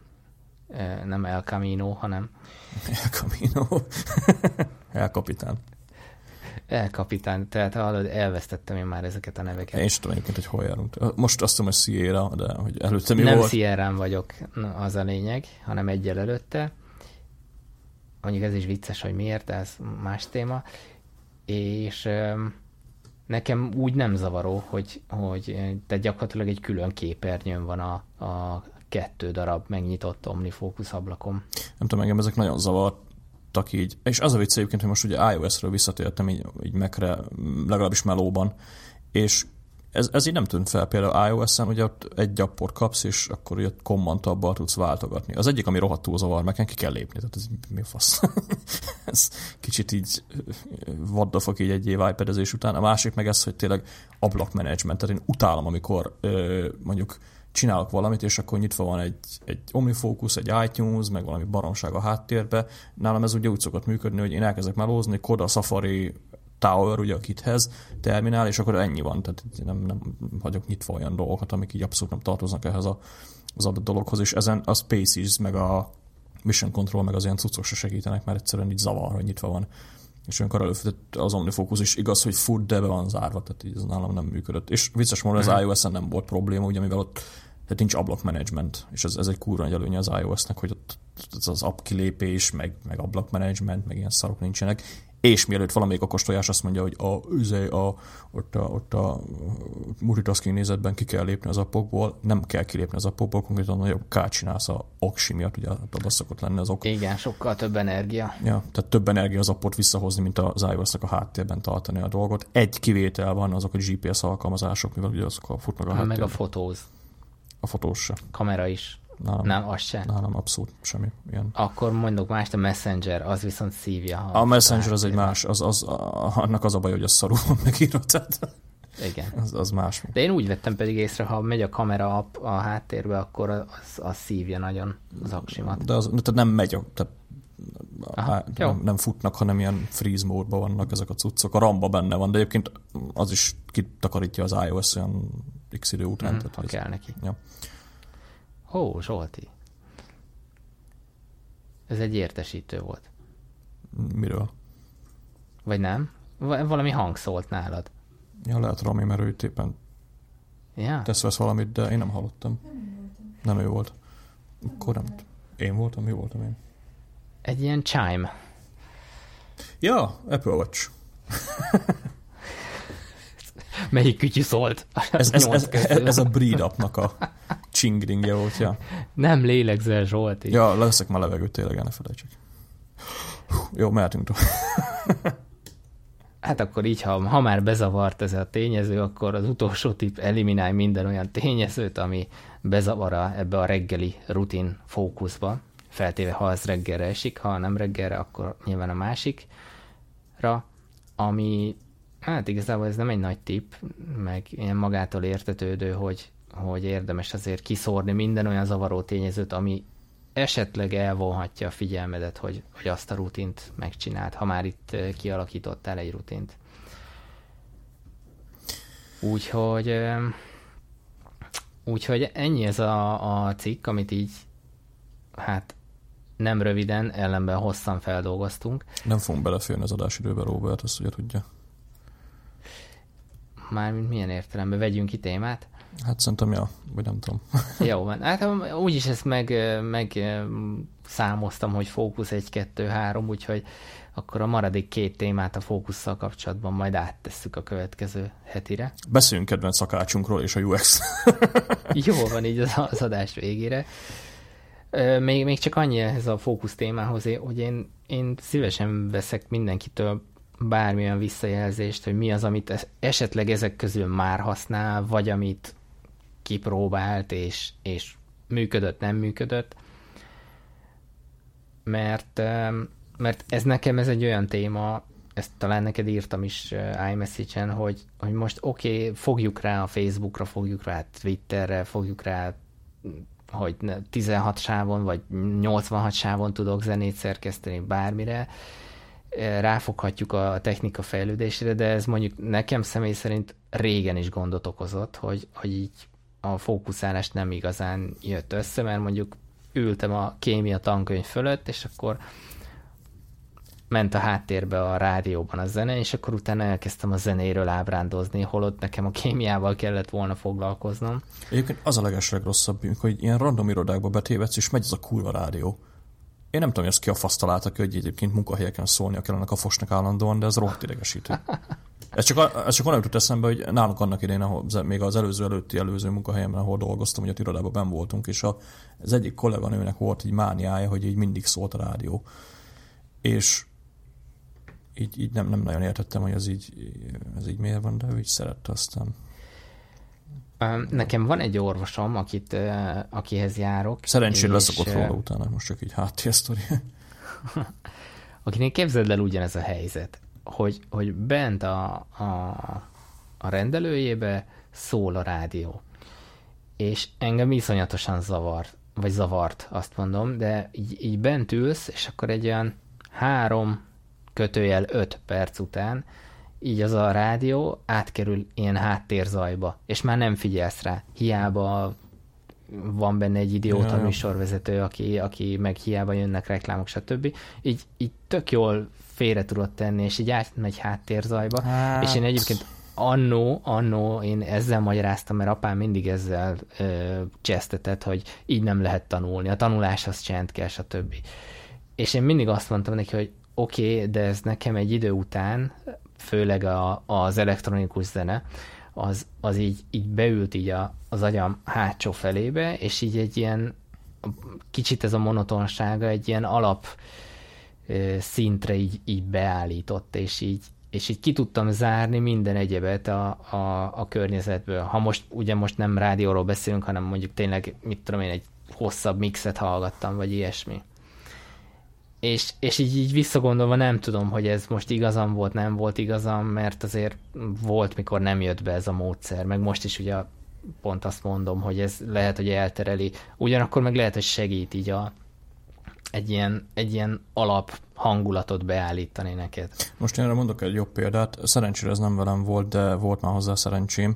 Nem El Camino, hanem El Camino. El Kapitán. El Kapitán, tehát hallod, elvesztettem én már ezeket a neveket. Én is tudom egyébként, hogy hol járunk. Most azt tudom, hogy Sierra, de hogy előtte mi Nem volt? Nem Sierrán vagyok, az a lényeg, hanem egyel előtte. Mondjuk ez is vicces, hogy miért, de ez más téma. És um, nekem úgy nem zavaró, hogy, hogy tehát gyakorlatilag egy külön képernyőn van a, a kettő darab megnyitott OmniFocus ablakom. Nem tudom, engem ezek nagyon zavartak így. És az a vicc egyébként, hogy most ugye iOS-ről visszatértem így, így Mac-re, legalábbis melóban, és ez, ez így nem tűnt fel. Például iOS-en ugye ott egy appot kapsz, és akkor ugye command tabbal tudsz váltogatni. Az egyik, ami rohadtul zavar, Mac-en ki kell lépni. Tehát ez mi a fasz? Ez kicsit így vaddafak így egy év iPad-ezés után. A másik meg ez, hogy tényleg ablakmenedzsment. Tehát én utálom, amikor ö, mondjuk csinálok valamit, és akkor nyitva van egy, egy OmniFocus, egy iTunes, meg valami baromság a háttérbe. Nálam ez ugye úgy szokott működni, hogy én elkezdek melózni, Koda, Safari, Tower, ugye a kithez, terminál, és akkor ennyi van. Tehát nem, nem hagyok nyitva olyan dolgokat, amik így abszolút nem tartoznak ehhez a, az adott dologhoz, és ezen a Spaces, meg a Mission Control, meg az ilyen cuccok se segítenek, mert egyszerűen így zavar, hogy nyitva van. És olyankor előfordult az OmniFocus is igaz, hogy fut, de be van zárva, tehát így ez nálam nem működött. És vicces módon az iOS-en nem volt probléma, ugye, mivel ott tehát nincs ablakmenedzsment, és ez, ez egy kurva nagy előnye az iOS-nek, hogy ott az app kilépés, meg, meg ablakmenedzsment, meg ilyen szarok nincsenek. És mielőtt valamelyik okostojás azt mondja, hogy a, üzé, a, ott a, ott a multitasking nézetben ki kell lépni az appokból, nem kell kilépni az appokból, konkrétan nagyobb kát csinálsz a aksi miatt, ugye az szokott lenni az ok. Igen, sokkal több energia. Ja, tehát több energia az appot visszahozni, mint az iOS-nak a háttérben tartani a dolgot. Egy kivétel van, azok a gé pé es alkalmazások, mivel ugye azok futnak a háttérben. Meg a fotóz. A fotós se. Kamera is. Nálam, nem, az se. Nálam abszolút semmi ilyen. Akkor mondok más, a Messenger, az viszont szívja. A Messenger az egy más, az, az, a, annak az a baj, hogy az szarul van megírva, tehát igen. Az, az más. De én úgy vettem pedig észre, ha megy a kamera a, a háttérbe, akkor az, az szívja nagyon az aksimat. De az, tehát nem megy, tehát Aha, á, nem, nem futnak, hanem ilyen freeze módban vannak ezek a cuccok. A ramba benne van, de egyébként az is kitakarítja az iOS olyan x idő után. Mm, tehát ha ez, kell neki. Ja. Ó, Zsolti. Ez egy értesítő volt. Miről? Vagy nem? Valami hang szólt nálad. Ja, lehet Rami, mert ő éppen ja. tesz-vesz valamit, de én nem hallottam. Nem ő volt. Akkor nem. Én voltam, mi voltam én? Egy ilyen chime. Ja, Apple Watch. Melyik kütyű szólt? Ez, ez, ez, ez a Breed Up-nak a csingringje volt, ja. Nem lélegzel, Zsolti. Ja, leszek már levegőt, tényleg, el ne felejtsek. Jó, mehetünk tovább. Hát akkor így, ha, ha már bezavart ez a tényező, akkor az utolsó tipp, eliminálj minden olyan tényezőt, ami bezavar a, ebbe a reggeli rutin fókuszba, feltéve, ha az reggelre esik, ha nem reggelre, akkor nyilván a másikra, ami, hát igazából ez nem egy nagy tipp, meg ilyen magától értetődő, hogy, hogy érdemes azért kiszórni minden olyan zavaró tényezőt, ami esetleg elvonhatja a figyelmedet, hogy, hogy azt a rutint megcsináld, ha már itt kialakítottál egy rutint. Úgyhogy úgyhogy ennyi ez a, a cikk, amit így hát nem röviden, ellenben hosszan feldolgoztunk. Nem fogunk beleférni az adásidőbe, Robert, azt ugye tudja. Mármint milyen értelemben? Vegyünk ki témát? Hát szerintem, ja, vagy nem tudom. Jó van. Hát úgyis ezt meg, meg számoztam, hogy fókusz egy, kettő, három, úgyhogy akkor a maradék két témát a fókusszal kapcsolatban majd áttesszük a következő hetire. Beszéljünk kedvenc szakácsunkról és a u iksz. Jó van így az, az adás végére. Még, még csak annyi ez a fókusz témához, hogy én, én szívesen veszek mindenkitől bármilyen visszajelzést, hogy mi az, amit esetleg ezek közül már használ, vagy amit kipróbált, és, és működött, nem működött. Mert, mert ez nekem ez egy olyan téma, ezt talán neked írtam is iMessage-en, hogy, hogy most oké, okay, fogjuk rá a Facebookra, fogjuk rá Twitterre, fogjuk rá, hogy tizenhat sávon, vagy nyolcvanhat sávon tudok zenét szerkeszteni bármire, ráfoghatjuk a technika fejlődésére, de ez mondjuk nekem személy szerint régen is gondot okozott, hogy, hogy így a fókuszálás nem igazán jött össze, mert mondjuk ültem a kémia tankönyv fölött, és akkor ment a háttérbe a rádióban a zene, és akkor utána elkezdtem a zenéről ábrándozni, holott nekem a kémiával kellett volna foglalkoznom. Egyébként az a legeslegrosszabb, hogy ilyen random irodákba betévedsz, és megy ez a kurva rádió. Én nem tudom, hogy ezt ki a fasz találtak, hogy egyébként munkahelyeken szólnia kellene a fosnak állandóan, de ez rohadt idegesítő. Ez csak, ez csak onnan jutott eszembe, hogy nálunk annak idején, ahol, még az előző előtti előző munkahelyemben, ahol dolgoztam, hogy a irodában benn voltunk, és a, az egyik kolléganőnek volt egy mániája, hogy így mindig szólt a rádió. És így, így nem, nem nagyon értettem, hogy ez így, ez így miért van, de ő így szerette aztán. Nekem van egy orvosom, akit, akihez járok. Szerencsére leszokott róla utána, most csak így háttérsztori. Akinek képzeld el ugyanez a helyzet, hogy, hogy bent a, a, a rendelőjébe szól a rádió. És engem iszonyatosan zavar, vagy zavart, azt mondom, de így, így bent ülsz, és akkor egy olyan három kötőjel öt perc után így az a rádió átkerül ilyen háttérzajba, és már nem figyelsz rá. Hiába van benne egy idióta ja, műsorvezető, aki, aki meg hiába jönnek reklámok, stb. Így, így tök jól félre tudod tenni, és így átmegy háttérzajba. Hát. És én egyébként annó, annó én ezzel magyaráztam, mert apám mindig ezzel ö, csesztetett, hogy így nem lehet tanulni. A tanuláshoz csend kell, stb. És én mindig azt mondtam neki, hogy oké, okay, de ez nekem egy idő után, főleg a, az elektronikus zene, az, az így, így beült így a, az agyam hátsó felébe, és így egy ilyen, kicsit ez a monotonsága egy ilyen alap ö, szintre így, így beállított, és így, és így ki tudtam zárni minden egyebet a, a, a környezetből. Ha most, ugye most nem rádióról beszélünk, hanem mondjuk tényleg, mit tudom én, egy hosszabb mixet hallgattam, vagy ilyesmi. És, és így, így visszagondolva nem tudom, hogy ez most igazam volt, nem volt igazam, mert azért volt, mikor nem jött be ez a módszer, meg most is ugye pont azt mondom, hogy ez lehet, hogy eltereli, ugyanakkor meg lehet, hogy segít így a, egy, ilyen, egy ilyen alap hangulatot beállítani neked. Most én erre mondok egy jobb példát, szerencsére ez nem velem volt, de volt már hozzá szerencsém.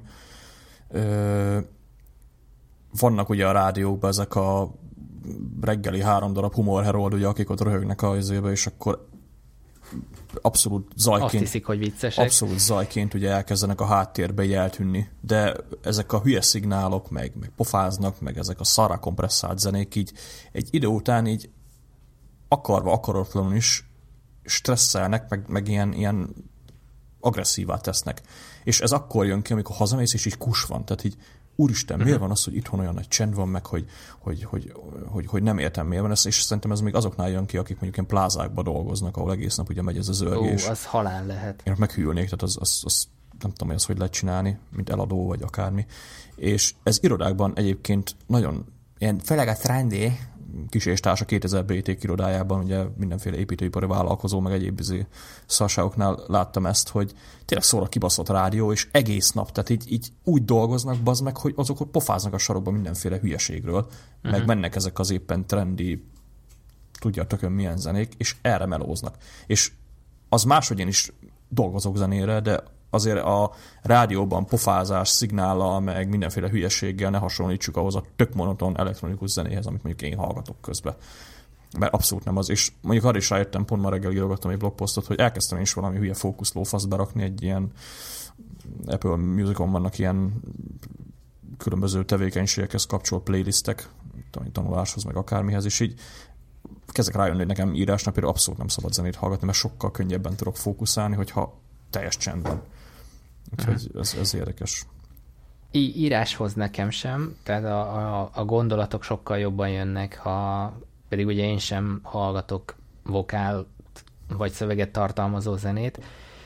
Ö, vannak ugye a rádiókban ezek a reggeli három darab Humor Herold, ugye, akik ott röhögnek a izébe, és akkor abszolút zajként... Azt hiszik, hogy viccesek. Abszolút zajként ugye elkezdenek a háttérbe így eltűnni. De ezek a hülye szignálok, meg, meg pofáznak, meg ezek a szarra kompresszált zenék így egy idő után így akarva, akaratlanul is stresszelnek, meg, meg ilyen, ilyen agresszívá tesznek. És ez akkor jön ki, amikor hazamész, és így kus van. Tehát így úristen, miért van az, hogy itthon olyan nagy csend van, meg hogy, hogy, hogy, hogy, hogy nem értem, miért van ez, és szerintem ez még azoknál jön ki, akik mondjuk ilyen plázákba dolgoznak, ahol egész nap ugye megy ez az zörgés. Ó, az halál lehet. Én meghűlnék, tehát az, az, az nem tudom, hogy azt hogy lehet csinálni, mint eladó, vagy akármi. És ez irodákban egyébként nagyon ilyen feleget rendi, kis és társa kétezer bé té irodájában, ugye mindenféle építőipari vállalkozó, meg egyéb szarságoknál láttam ezt, hogy tényleg szól a kibaszott rádió, és egész nap, tehát így, így úgy dolgoznak, bazd meg, hogy azok ott pofáznak a sarokban mindenféle hülyeségről, uh-huh. meg mennek ezek az éppen trendi, tudja tökön milyen zenék, és erre melóznak. És az máshogy én is dolgozok zenére, de azért a rádióban pofázás, szignállal, meg mindenféle hülyeséggel ne hasonlítsuk ahhoz a tök monoton elektronikus zenéhez, amit mondjuk én hallgatok közben. Mert abszolút nem az. És mondjuk arra is rájöttem, pont ma reggel írogattam egy blogposztot, hogy elkezdtem is valami hülye fókuszlófaszt berakni, egy ilyen Apple Musicon vannak ilyen különböző tevékenységekhez kapcsolt playlistek, tanuláshoz, meg akármihez, és így kezdek rájönni, hogy nekem írásnapira abszolút nem szabad zenét hallgatni, mert sokkal könnyebben tudok fókuszálni, hogyha teljes csend van. Úgyhogy ez, ez érdekes. I- íráshoz nekem sem, tehát a, a, a gondolatok sokkal jobban jönnek, ha pedig ugye én sem hallgatok vokál vagy szöveget tartalmazó zenét,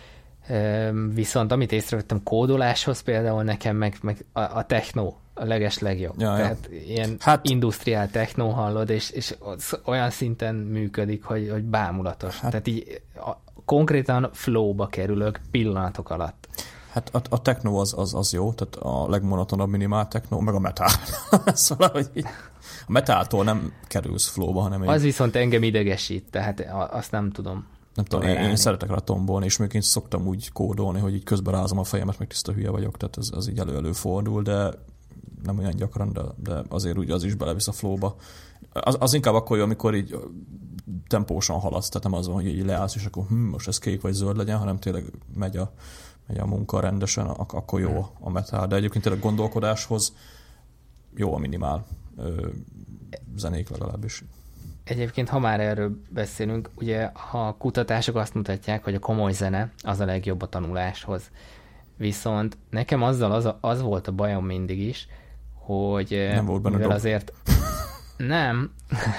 Viszont amit észrevettem kódoláshoz például nekem meg, meg a, a techno a leges legjobb. Ja, Tehát ja. ilyen hát, industriál techno hallod, és, és olyan szinten működik, hogy, hogy bámulatos. Hát, Tehát így a, konkrétan flowba kerülök pillanatok alatt. Hát a, a techno az, az, az jó, tehát a legmonotonabb minimál techno, meg a metal. Szóval, hogy így, a metáltól nem kerülsz flowba, hanem Az én... viszont engem idegesít, tehát azt nem tudom. Nem tudom, én, én szeretek rá tombolni, és még én szoktam úgy kódolni, hogy így közben rázom a fejemet, meg tiszta hülye vagyok, tehát ez, ez így elő-elő fordul, de nem olyan gyakran, de, de azért úgy az is belevisz a flowba. Az, az inkább akkor jó, amikor így tempósan haladsz, tehát nem az van, hogy így leállsz, és akkor hm, most ez kék vagy zöld legyen, hanem tényleg megy a, megy a munka rendesen, ak- akkor jó a metal. De egyébként tényleg gondolkodáshoz jó a minimál ö, zenék legalábbis. Egyébként, ha már erről beszélünk, ugye a kutatások azt mutatják, hogy a komoly zene az a legjobb a tanuláshoz. Viszont nekem azzal az, a, az volt a bajom mindig is, hogy nem volt benne mivel dob. azért nem,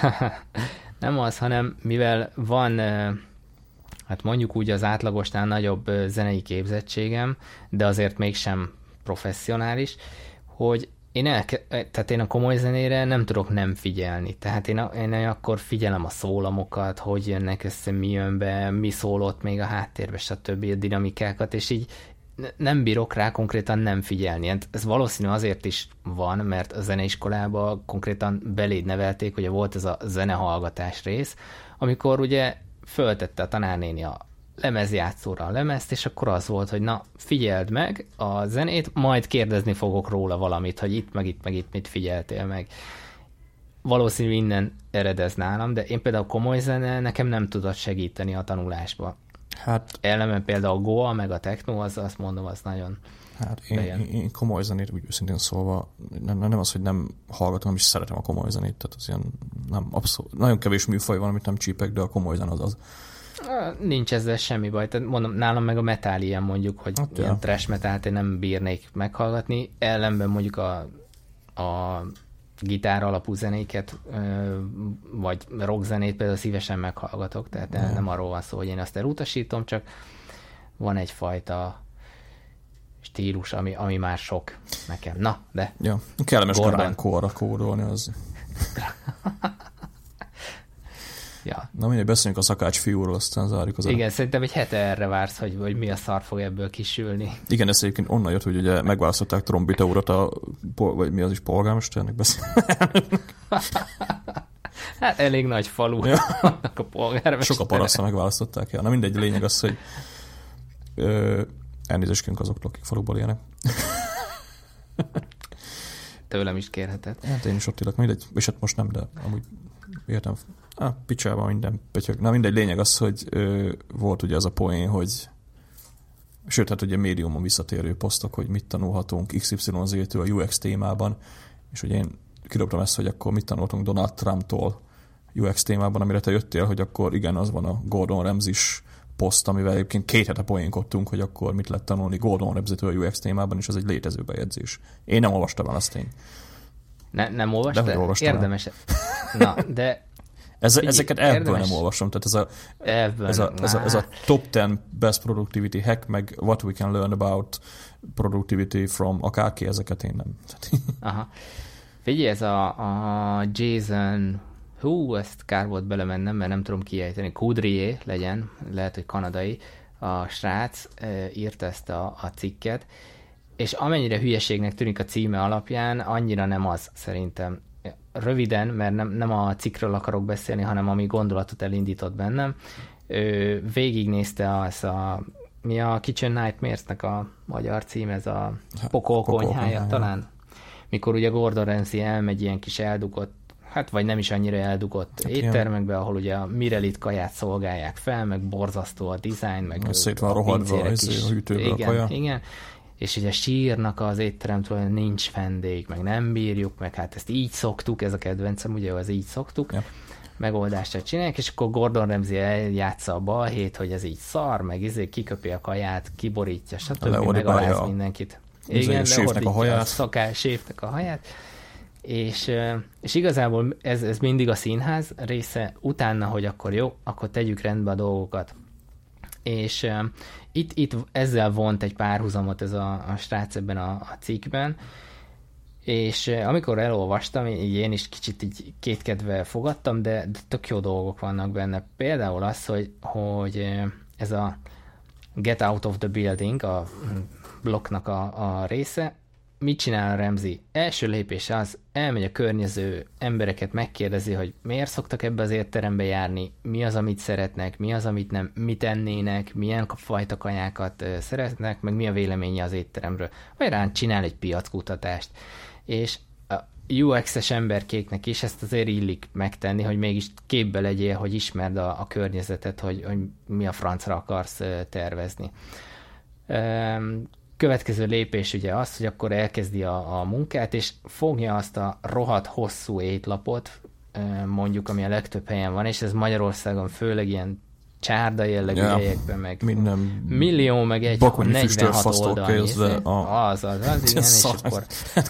nem az, hanem mivel van, hát mondjuk úgy az átlagosnál nagyobb zenei képzettségem, de azért mégsem professzionális, hogy én, elke- tehát én a komoly zenére nem tudok nem figyelni. Tehát én, a, én akkor figyelem a szólamokat, hogy jönnek össze, mi jön be, mi szólott még a háttérbe, stb. A dinamikákat, és így nem bírok rá konkrétan nem figyelni. Ez valószínű azért is van, mert a zeneiskolában konkrétan beléd nevelték, hogy volt ez a zenehallgatás rész, amikor ugye föltette a tanárnéni a lemezjátszóra a lemezt, és akkor az volt, hogy na, figyeld meg a zenét, majd kérdezni fogok róla valamit, hogy itt, meg itt, meg itt mit figyeltél meg. Valószínű innen eredez nálam, de én például komoly zene nekem nem tudott segíteni a tanulásba. Hát, ellenben például a Goa, meg a techno, az, azt mondom, az nagyon... Hát én, én, én komoly zenét, úgy őszintén szólva, nem, nem az, hogy nem hallgatom, hanem is szeretem a komoly zenét, tehát az ilyen, nem, abszolút, nagyon kevés műfaj van, amit nem csípek, de a komoly zen az az. Nincs ezzel semmi baj, tehát mondom, nálam meg a metal ilyen mondjuk, hogy hát, ilyen ja. trash metalt én nem bírnék meghallgatni, ellenben mondjuk a, a gitár alapú zenéket, vagy rock zenét például szívesen meghallgatok, tehát ja. nem arról van szó, hogy én azt elutasítom, csak van egyfajta stílus, ami, ami már sok nekem. Na, de... Ja, kellemes grindcore-ra kódolni az... ja. Na mindegy, beszéljünk a szakács fiúról, aztán zárjuk az... Igen, el... szerintem egy hete erre vársz, hogy, hogy mi a szar fog ebből kisülni. Igen, ez egyébként onnan jött, hogy ugye megválasztották Trombita urat a... vagy mi az is, polgármesternek beszél. Hát elég nagy falu ja. annak a polgármester. Sok a parasztra megválasztották. Ja. Na mindegy, lényeg az, hogy ö, elnézést azoktól, akik faluból élnek. Tőlem is kérheted. Hát én is ott élek, mindegy. És hát most nem, de amúgy értem. Ah, picsában minden pötyög. Na mindegy, lényeg az, hogy ö, volt ugye az a poén, hogy sőt, hát ugye médiumon visszatérő posztok, hogy mit tanulhatunk iksz ipszilon zé-től a u iksz témában, és ugye én kidobtam ezt, hogy akkor mit tanultunk Donald Trumptól u iksz témában, amire te jöttél, hogy akkor igen, az van a Gordon Ramsay-s poszt, amivel egyébként két hete poénkodtunk, hogy akkor mit lehet tanulni Gordon Ramsay-től a u iksz témában, és ez egy létező bejegyzés. Én nem olvastam el azt én. Ne, nem olvastad? De hogy olvastam Érdemes. Na, de... Ez, ezeket elvből nem olvasom, tehát ez a, ez a, ez a, ez a top tíz best productivity hack, meg what we can learn about productivity from akárki, ezeket én nem. Aha. Figyelj, ez a, a Jason, hú, ezt kár volt belemennem, mert nem tudom kiejteni, Coudrier legyen, lehet, hogy kanadai, a srác írta ezt a, a cikket, és amennyire hülyeségnek tűnik a címe alapján, annyira nem az szerintem. Röviden, mert nem, nem a cikkről akarok beszélni, hanem ami gondolatot elindított bennem. Ő végignézte az a, mi a Kitchen Nightmares-nek a magyar cím, ez a Pokol konyhája talán. Mikor ugye Gordon Ramsay elmegy ilyen kis eldugott, hát vagy nem is annyira eldugott hát éttermekbe, ahol ugye a Mirelit kaját szolgálják fel, meg borzasztó a dizájn, meg szét van rohadva a hűtőből igen, a kaja. Igen, és ugye sírnak az étteremtől, hogy nincs vendég, meg nem bírjuk, meg hát ezt így szoktuk, ez a kedvencem, ugye az így szoktuk, ja. Megoldást csinálják, és akkor Gordon Ramsay eljátsza a balhét, hogy ez így szar, meg izé kiköpi a kaját, kiborítja, stb. Megaláz mindenkit. Igen, leordítja a haját. A szakás séfnek a haját. És, és igazából ez, ez mindig a színház része, utána, hogy akkor jó, akkor tegyük rendbe a dolgokat. És uh, itt, itt ezzel vont egy párhuzamot ez a, a srác ebben a, a cikkben, és uh, amikor elolvastam, így én is kicsit így kétkedve fogadtam, de, de tök jó dolgok vannak benne. Például az, hogy, hogy uh, ez a Get Out of the Building, a blokknak a, a része, mit csinál a Ramsey? Első lépés az, elmegy a környező embereket, megkérdezi, hogy miért szoktak ebbe az étterembe járni, mi az, amit szeretnek, mi az, amit nem, mit ennének, milyen fajta kajákat szeretnek, meg mi a véleménye az étteremről. Vagy rán csinál egy piackutatást. És a u iksz-es emberkéknek is ezt azért illik megtenni, hogy mégis képbe legyél, hogy ismerd a, a környezetet, hogy, hogy mi a francra akarsz tervezni. Következő lépés ugye az, hogy akkor elkezdi a, a munkát, és fogja azt a rohadt hosszú étlapot, mondjuk, ami a legtöbb helyen van, és ez Magyarországon főleg ilyen csárda jellegű ja, helyekben, meg minden millió, meg egy negyvenhat oldal. A... Az, az, az, igen, és akkor,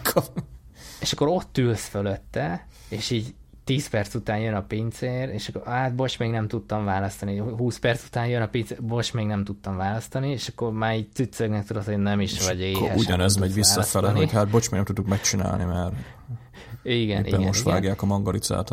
és akkor ott ülsz fölötte, és így tíz perc után jön a pincér, és akkor hát bocs, még nem tudtam választani. húsz perc után jön a pincér, bocs, még nem tudtam választani, és akkor már így cüccögnek tudod, hogy nem is és vagy éhes. Ugyanez megy visszafele, hogy hát bocs, még nem tudtuk megcsinálni, mert igen, igen, most igen. vágják a mangaricát.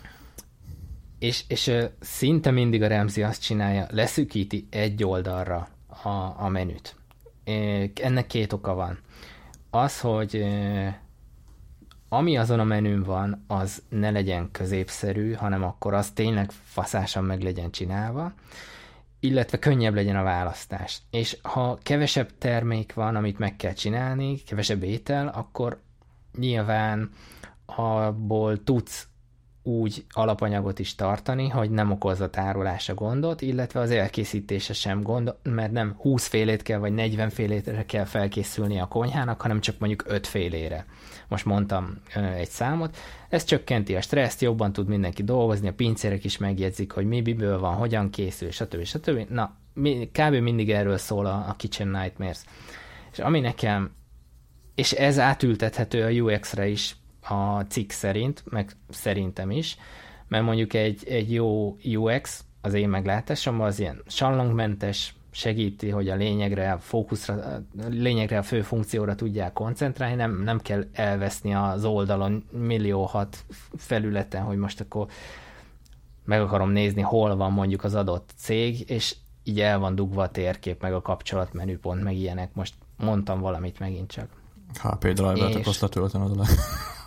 És, és uh, szinte mindig a Ramsey azt csinálja, leszűkíti egy oldalra a, a menüt. Ennek két oka van. Az, hogy uh, ami azon a menün van, az ne legyen középszerű, hanem akkor az tényleg faszásan meg legyen csinálva, illetve könnyebb legyen a választás. És ha kevesebb termék van, amit meg kell csinálni, kevesebb étel, akkor nyilván abból tudsz úgy alapanyagot is tartani, hogy nem okozza tárolása gondot, illetve az elkészítése sem gond, mert nem húsz félét kell, vagy negyven félére kell felkészülni a konyhának, hanem csak mondjuk öt félére. Most mondtam egy számot. Ez csökkenti a stresszt, jobban tud mindenki dolgozni, a pincérek is megjegyzik, hogy mi miből van, hogyan készül, stb. stb. Na, kb. Mindig erről szól a, a Kitchen Nightmares. És ami nekem, és ez átültethető a u iksz-re is, a cikk szerint, meg szerintem is, mert mondjuk egy, egy jó u iksz, az én meglátásomban az ilyen sallangmentes, segíti, hogy a lényegre, a fókuszra, lényegre, a fő funkcióra tudják koncentrálni, nem, nem kell elveszni az oldalon millió hat felületen, hogy most akkor meg akarom nézni, hol van mondjuk az adott cég, és így el van dugva a térkép, meg a kapcsolatmenüpont, meg ilyenek. Most mondtam valamit megint csak. há pé drive-et és... azt letöltened le.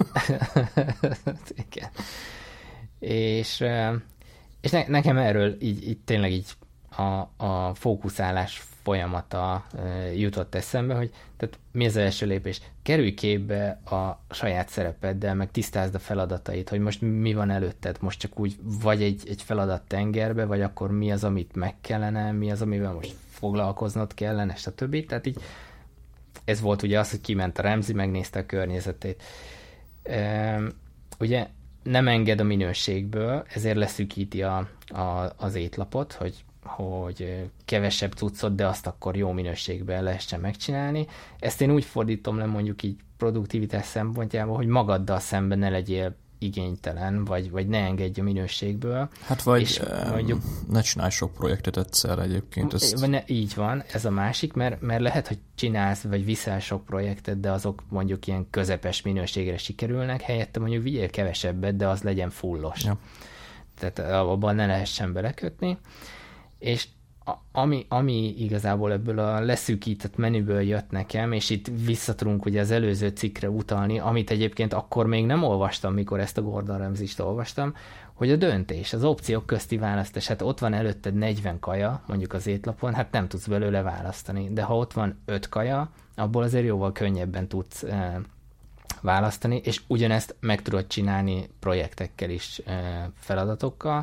Igen. És, és ne, nekem erről így, így tényleg így a, a fókuszálás folyamata jutott eszembe, hogy tehát mi az első lépés? Kerülj képbe a saját szerepeddel, meg tisztázd a feladatait, hogy most mi van előtted, most csak úgy vagy egy, egy feladat tengerbe, vagy akkor mi az, amit meg kellene, mi az, amivel most foglalkoznod kellene, stb. Tehát így ez volt ugye az, hogy kiment a Ramsey, megnézte a környezetét. E, ugye nem enged a minőségből, ezért leszűkíti a, a, az étlapot, hogy, hogy kevesebb cuccot, de azt akkor jó minőségben lehessen megcsinálni. Ezt én úgy fordítom le mondjuk így produktivitás szempontjából, hogy magaddal szemben ne legyél igénytelen, vagy, vagy ne engedj a minőségből. Hát vagy és mondjuk, ne csinálj sok projektet egyszer egyébként. Ezt... Ne, így van, ez a másik, mert, mert lehet, hogy csinálsz, vagy viszel sok projektet, de azok mondjuk ilyen közepes minőségre sikerülnek, helyette mondjuk vigyél kevesebbet, de az legyen fullos. Ja. Tehát abban ne lehessen belekötni. És ami, ami igazából ebből a leszűkített menüből jött nekem, és itt visszatudunk ugye az előző cikkre utalni, amit egyébként akkor még nem olvastam, mikor ezt a Gordon Ramsay-t olvastam, hogy a döntés, az opciók közti választás, hát ott van előtted negyven kaja, mondjuk az étlapon, hát nem tudsz belőle választani, de ha ott van öt kaja, abból azért jóval könnyebben tudsz e, választani, és ugyanezt meg tudod csinálni projektekkel is, e, feladatokkal.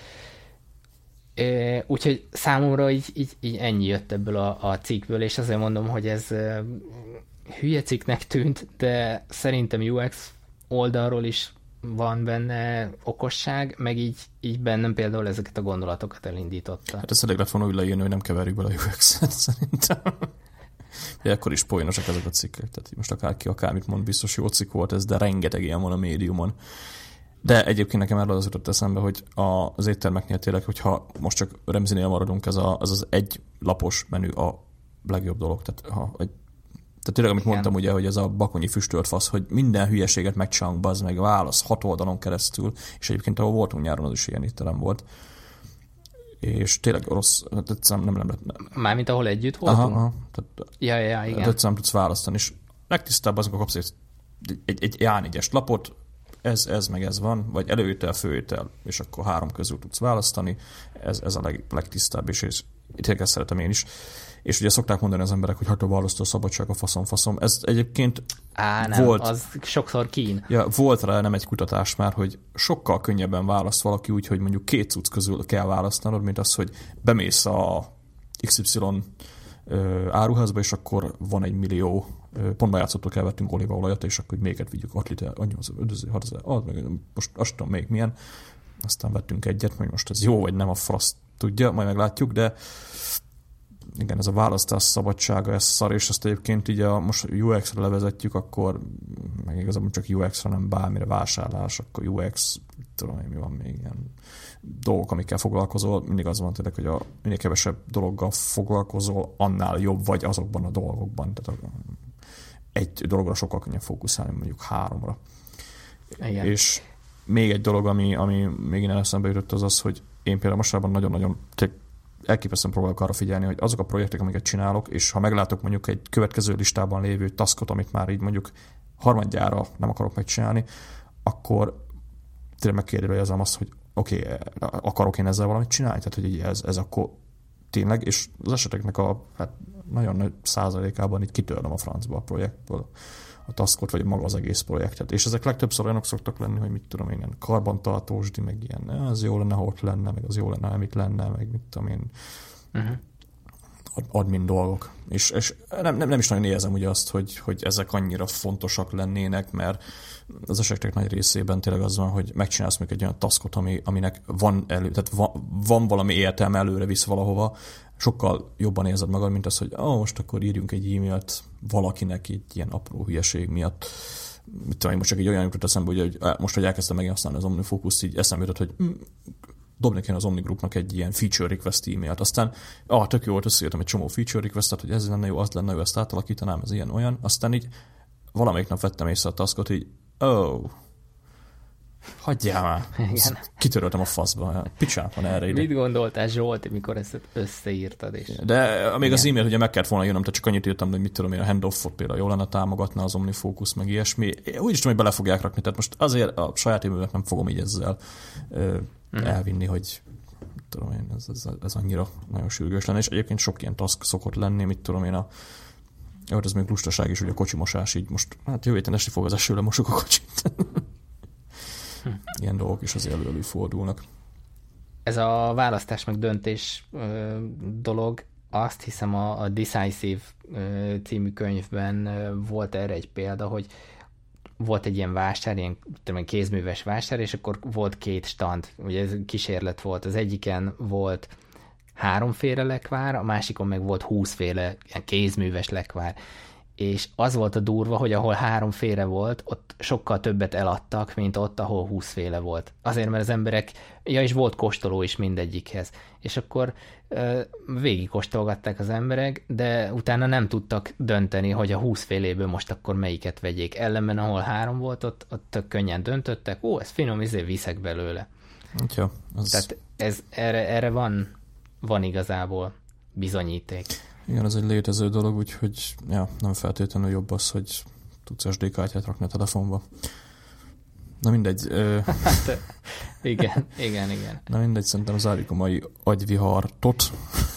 É, úgyhogy számomra így, így, így ennyi jött ebből a, a cikkből, és azért mondom, hogy ez uh, hülye cikknek tűnt, de szerintem u iksz oldalról is van benne okosság, meg így, így bennem például ezeket a gondolatokat elindította. Hát ezt elég lett volna úgy leírni, hogy nem keverjük bele a u iksz-et szerintem. De akkor is poénosak ezek a cikkek, tehát most akárki akármit mond, biztos jó cikk volt ez, de rengeteg ilyen van a médiumon. De egyébként nekem erről az jutott eszembe, hogy az éttermeknél tényleg, hogyha most csak Remzinél maradunk, ez a, az, az egy lapos menü a legjobb dolog. Tehát, ha egy, tehát tényleg, amit igen. mondtam ugye, hogy ez a bakonyi füstölt fasz, hogy minden hülyeséget megcsinálunk, bazd meg, válasz hat oldalon keresztül, és egyébként ahol voltunk nyáron, az is ilyen étterem volt. És tényleg rossz, nem, nem, nem lett. Mármint ahol együtt voltunk? Aha, aha. Tehát, ja, ja, igen. Tehát nem tudsz választani, és legtisztább az, amikor kapsz egy, egy, egy á négyes lapot, ez, ez meg ez van, vagy előétel, főétel, és akkor három közül tudsz választani, ez, ez a leg, legtisztább, és, és tényleg ezt szeretem én is. És ugye szokták mondani az emberek, hogy hát a választó szabadság a faszom-faszom. Ez egyébként Á, nem, volt, az sokszor kín. Ja, volt rá nem egy kutatás már, hogy sokkal könnyebben választ valaki úgy, hogy mondjuk két cucc közül kell választanod, mint az, hogy bemész a iksz ipszilon áruházba, és akkor van egy millió, pontban játszottuk, elvettünk olívaolajat, és akkor még egyet vigyük, hat liter, annyi az ödöző, hat ezer, az meg most azt tudom még milyen, aztán vettünk egyet, hogy most ez jó vagy nem, a frasz tudja, majd meglátjuk, de igen, ez a választás szabadsága, ez szar, és ezt egyébként így a, most u iksz-re levezetjük, akkor meg igazából csak u iksz-re, nem bármire vásárlás, akkor u iksz, tudom én, mi van még ilyen dolgok, amikkel foglalkozol, mindig az van tényleg, hogy a minél kevesebb dologgal foglalkozol, annál jobb vagy azokban a dolgokban. Tehát a, egy dologra sokkal könnyebb fókuszálni, mondjuk háromra. Igen. És még egy dolog, ami, ami még innen eszembe jutott, az az, hogy én például mostában nagyon-nagyon elképesztően próbálok arra figyelni, hogy azok a projektek, amiket csinálok, és ha meglátok mondjuk egy következő listában lévő taskot, amit már így mondjuk harmadjára nem akarok megcsinálni, akkor tényleg megkérdőjelezem azt, hogy oké, okay, akarok én ezzel valamit csinálni? Tehát, hogy ez, ez akkor tényleg, és az eseteknek a hát nagyon nagy százalékában így kitörlöm a francba a projektből a taskot, vagy maga az egész projektet. És ezek legtöbbször olyanok szoktak lenni, hogy mit tudom én, ilyen karbantartósdi, meg ilyen, az jó lenne, ha ott lenne, meg az jó lenne, ha mit lenne, meg mit tudom én, uh-huh. admin dolgok. És, és nem, nem, nem is nagyon érzem ugye azt, hogy, hogy ezek annyira fontosak lennének, mert az esetek nagy részében tényleg az van, hogy megcsinálsz még egy olyan taskot, ami, aminek van elő, tehát van, van valami értelme, előre visz valahova, sokkal jobban érzed magad, mint az, hogy oh, most akkor írjunk egy e-mailt valakinek így ilyen apró hülyeség miatt. Mit tudom én, most csak egy olyan jutott eszembe, hogy most, hogy elkezdtem megint használni az OmniFocus-t, így eszembe jutott, hogy mm, dobni kéne az Omni Groupnak egy ilyen feature request e-mailt. Aztán ah, tök jó volt, összeírtam egy csomó feature requestet, hogy ez lenne jó, az lenne jó, ezt átalakítanám, ez ilyen olyan. Aztán így valamelyik nap vettem észre a taskot, így oh, hagyjál már. Kitöröltem a faszba. Picsán van erre ide. Mit gondoltál, Zsolt, mikor ezt összeírtad is? De még igen. Az e-mail, ugye meg kellett volna jönnöm, tehát csak annyit írtam, hogy mit tudom én, a handoff-ot például jól lenne támogatna az OmniFocus, meg ilyesmi. Úgy is tudom, hogy bele fogják rakni, tehát most azért a saját e-mailet nem fogom így ezzel ö, hmm. elvinni, hogy tudom én, ez, ez, ez annyira nagyon sürgős lenne, és egyébként sok ilyen task szokott lenni, mit tudom én, a jó, ez még lustaság is, hogy a kocsimosás így most, hát jövő héten esni fog az esőre, mosok a kocsit. Ilyen dolgok is azért elő fordulnak. Ez a választás meg döntés ö, dolog, azt hiszem a, a Decisive ö, című könyvben ö, volt erre egy példa, hogy volt egy ilyen vásár, ilyen tudom, kézműves vásár, és akkor volt két stand. Ugye ez kísérlet volt. Az egyiken volt háromféle lekvár, a másikon meg volt húszféle ilyen kézműves lekvár. És az volt a durva, hogy ahol háromféle volt, ott sokkal többet eladtak, mint ott, ahol húszféle volt. Azért, mert az emberek, ja, és volt kóstoló is mindegyikhez. És akkor ö, végig kóstolgatták az emberek, de utána nem tudtak dönteni, hogy a húszféléből most akkor melyiket vegyék. Ellenben, ahol három volt, ott, ott tök könnyen döntöttek, ó, ez finom, ezért viszek belőle. Ja, az... Tehát ez, erre, erre van, van igazából bizonyíték. Igen, ez egy létező dolog, úgyhogy ja, nem feltétlenül jobb az, hogy tudsz es dé kártyát rakni a telefonba. Na mindegy. Ö... Hát, igen, igen, igen. Na mindegy, szerintem zárjuk a mai agyvihartot.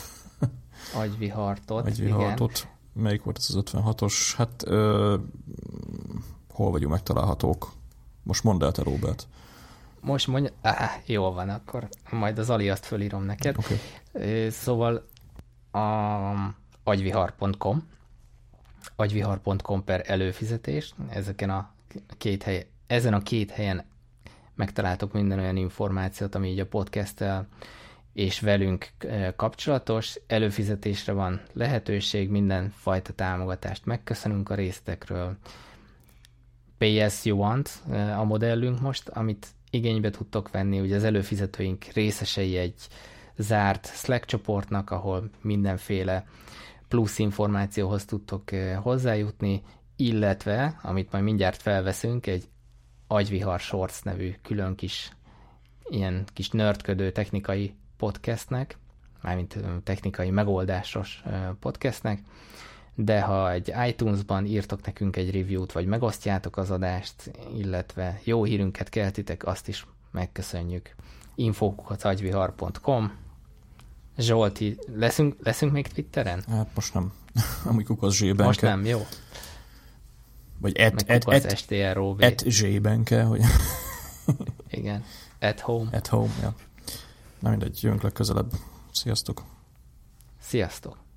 Agyvihartot, Agyvihartot. Igen. Melyik volt ez az ötvenhatos? Hát ö... hol vagyunk megtalálhatók? Most mondd el te, Róbert. Most mondja, ah, jól van, akkor majd az aliaszt fölírom neked. Okay. Szóval a agyvihar pont com agyvihar pont com per előfizetés. Ezeken a két hely, ezen a két helyen megtaláltok minden olyan információt, ami így a podcasttel és velünk kapcsolatos. Előfizetésre van lehetőség, mindenfajta támogatást megköszönünk a résztekről. pay as you want a modellünk most, amit igénybe tudtok venni. Ugye az előfizetőink részesei egy zárt Slack csoportnak, ahol mindenféle plusz információhoz tudtok hozzájutni, illetve, amit majd mindjárt felveszünk, egy Agyvihar Shorts nevű külön kis ilyen kis nördködő technikai podcastnek, mármint technikai megoldásos podcastnek, de ha egy iTunes-ban írtok nekünk egy review-t, vagy megosztjátok az adást, illetve jó hírünket keltitek, azt is megköszönjük. info kukac agyvihar pont com. Zsolti, leszünk, leszünk még Twitteren? Hát most nem. Amúgy kukac zsébenke. Most nem, jó. Vagy et, et, et, et, strov. et zsébenke, hogy... Igen. At home. At home, ja. Na mindegy, jövünk legközelebb. Sziasztok! Sziasztok!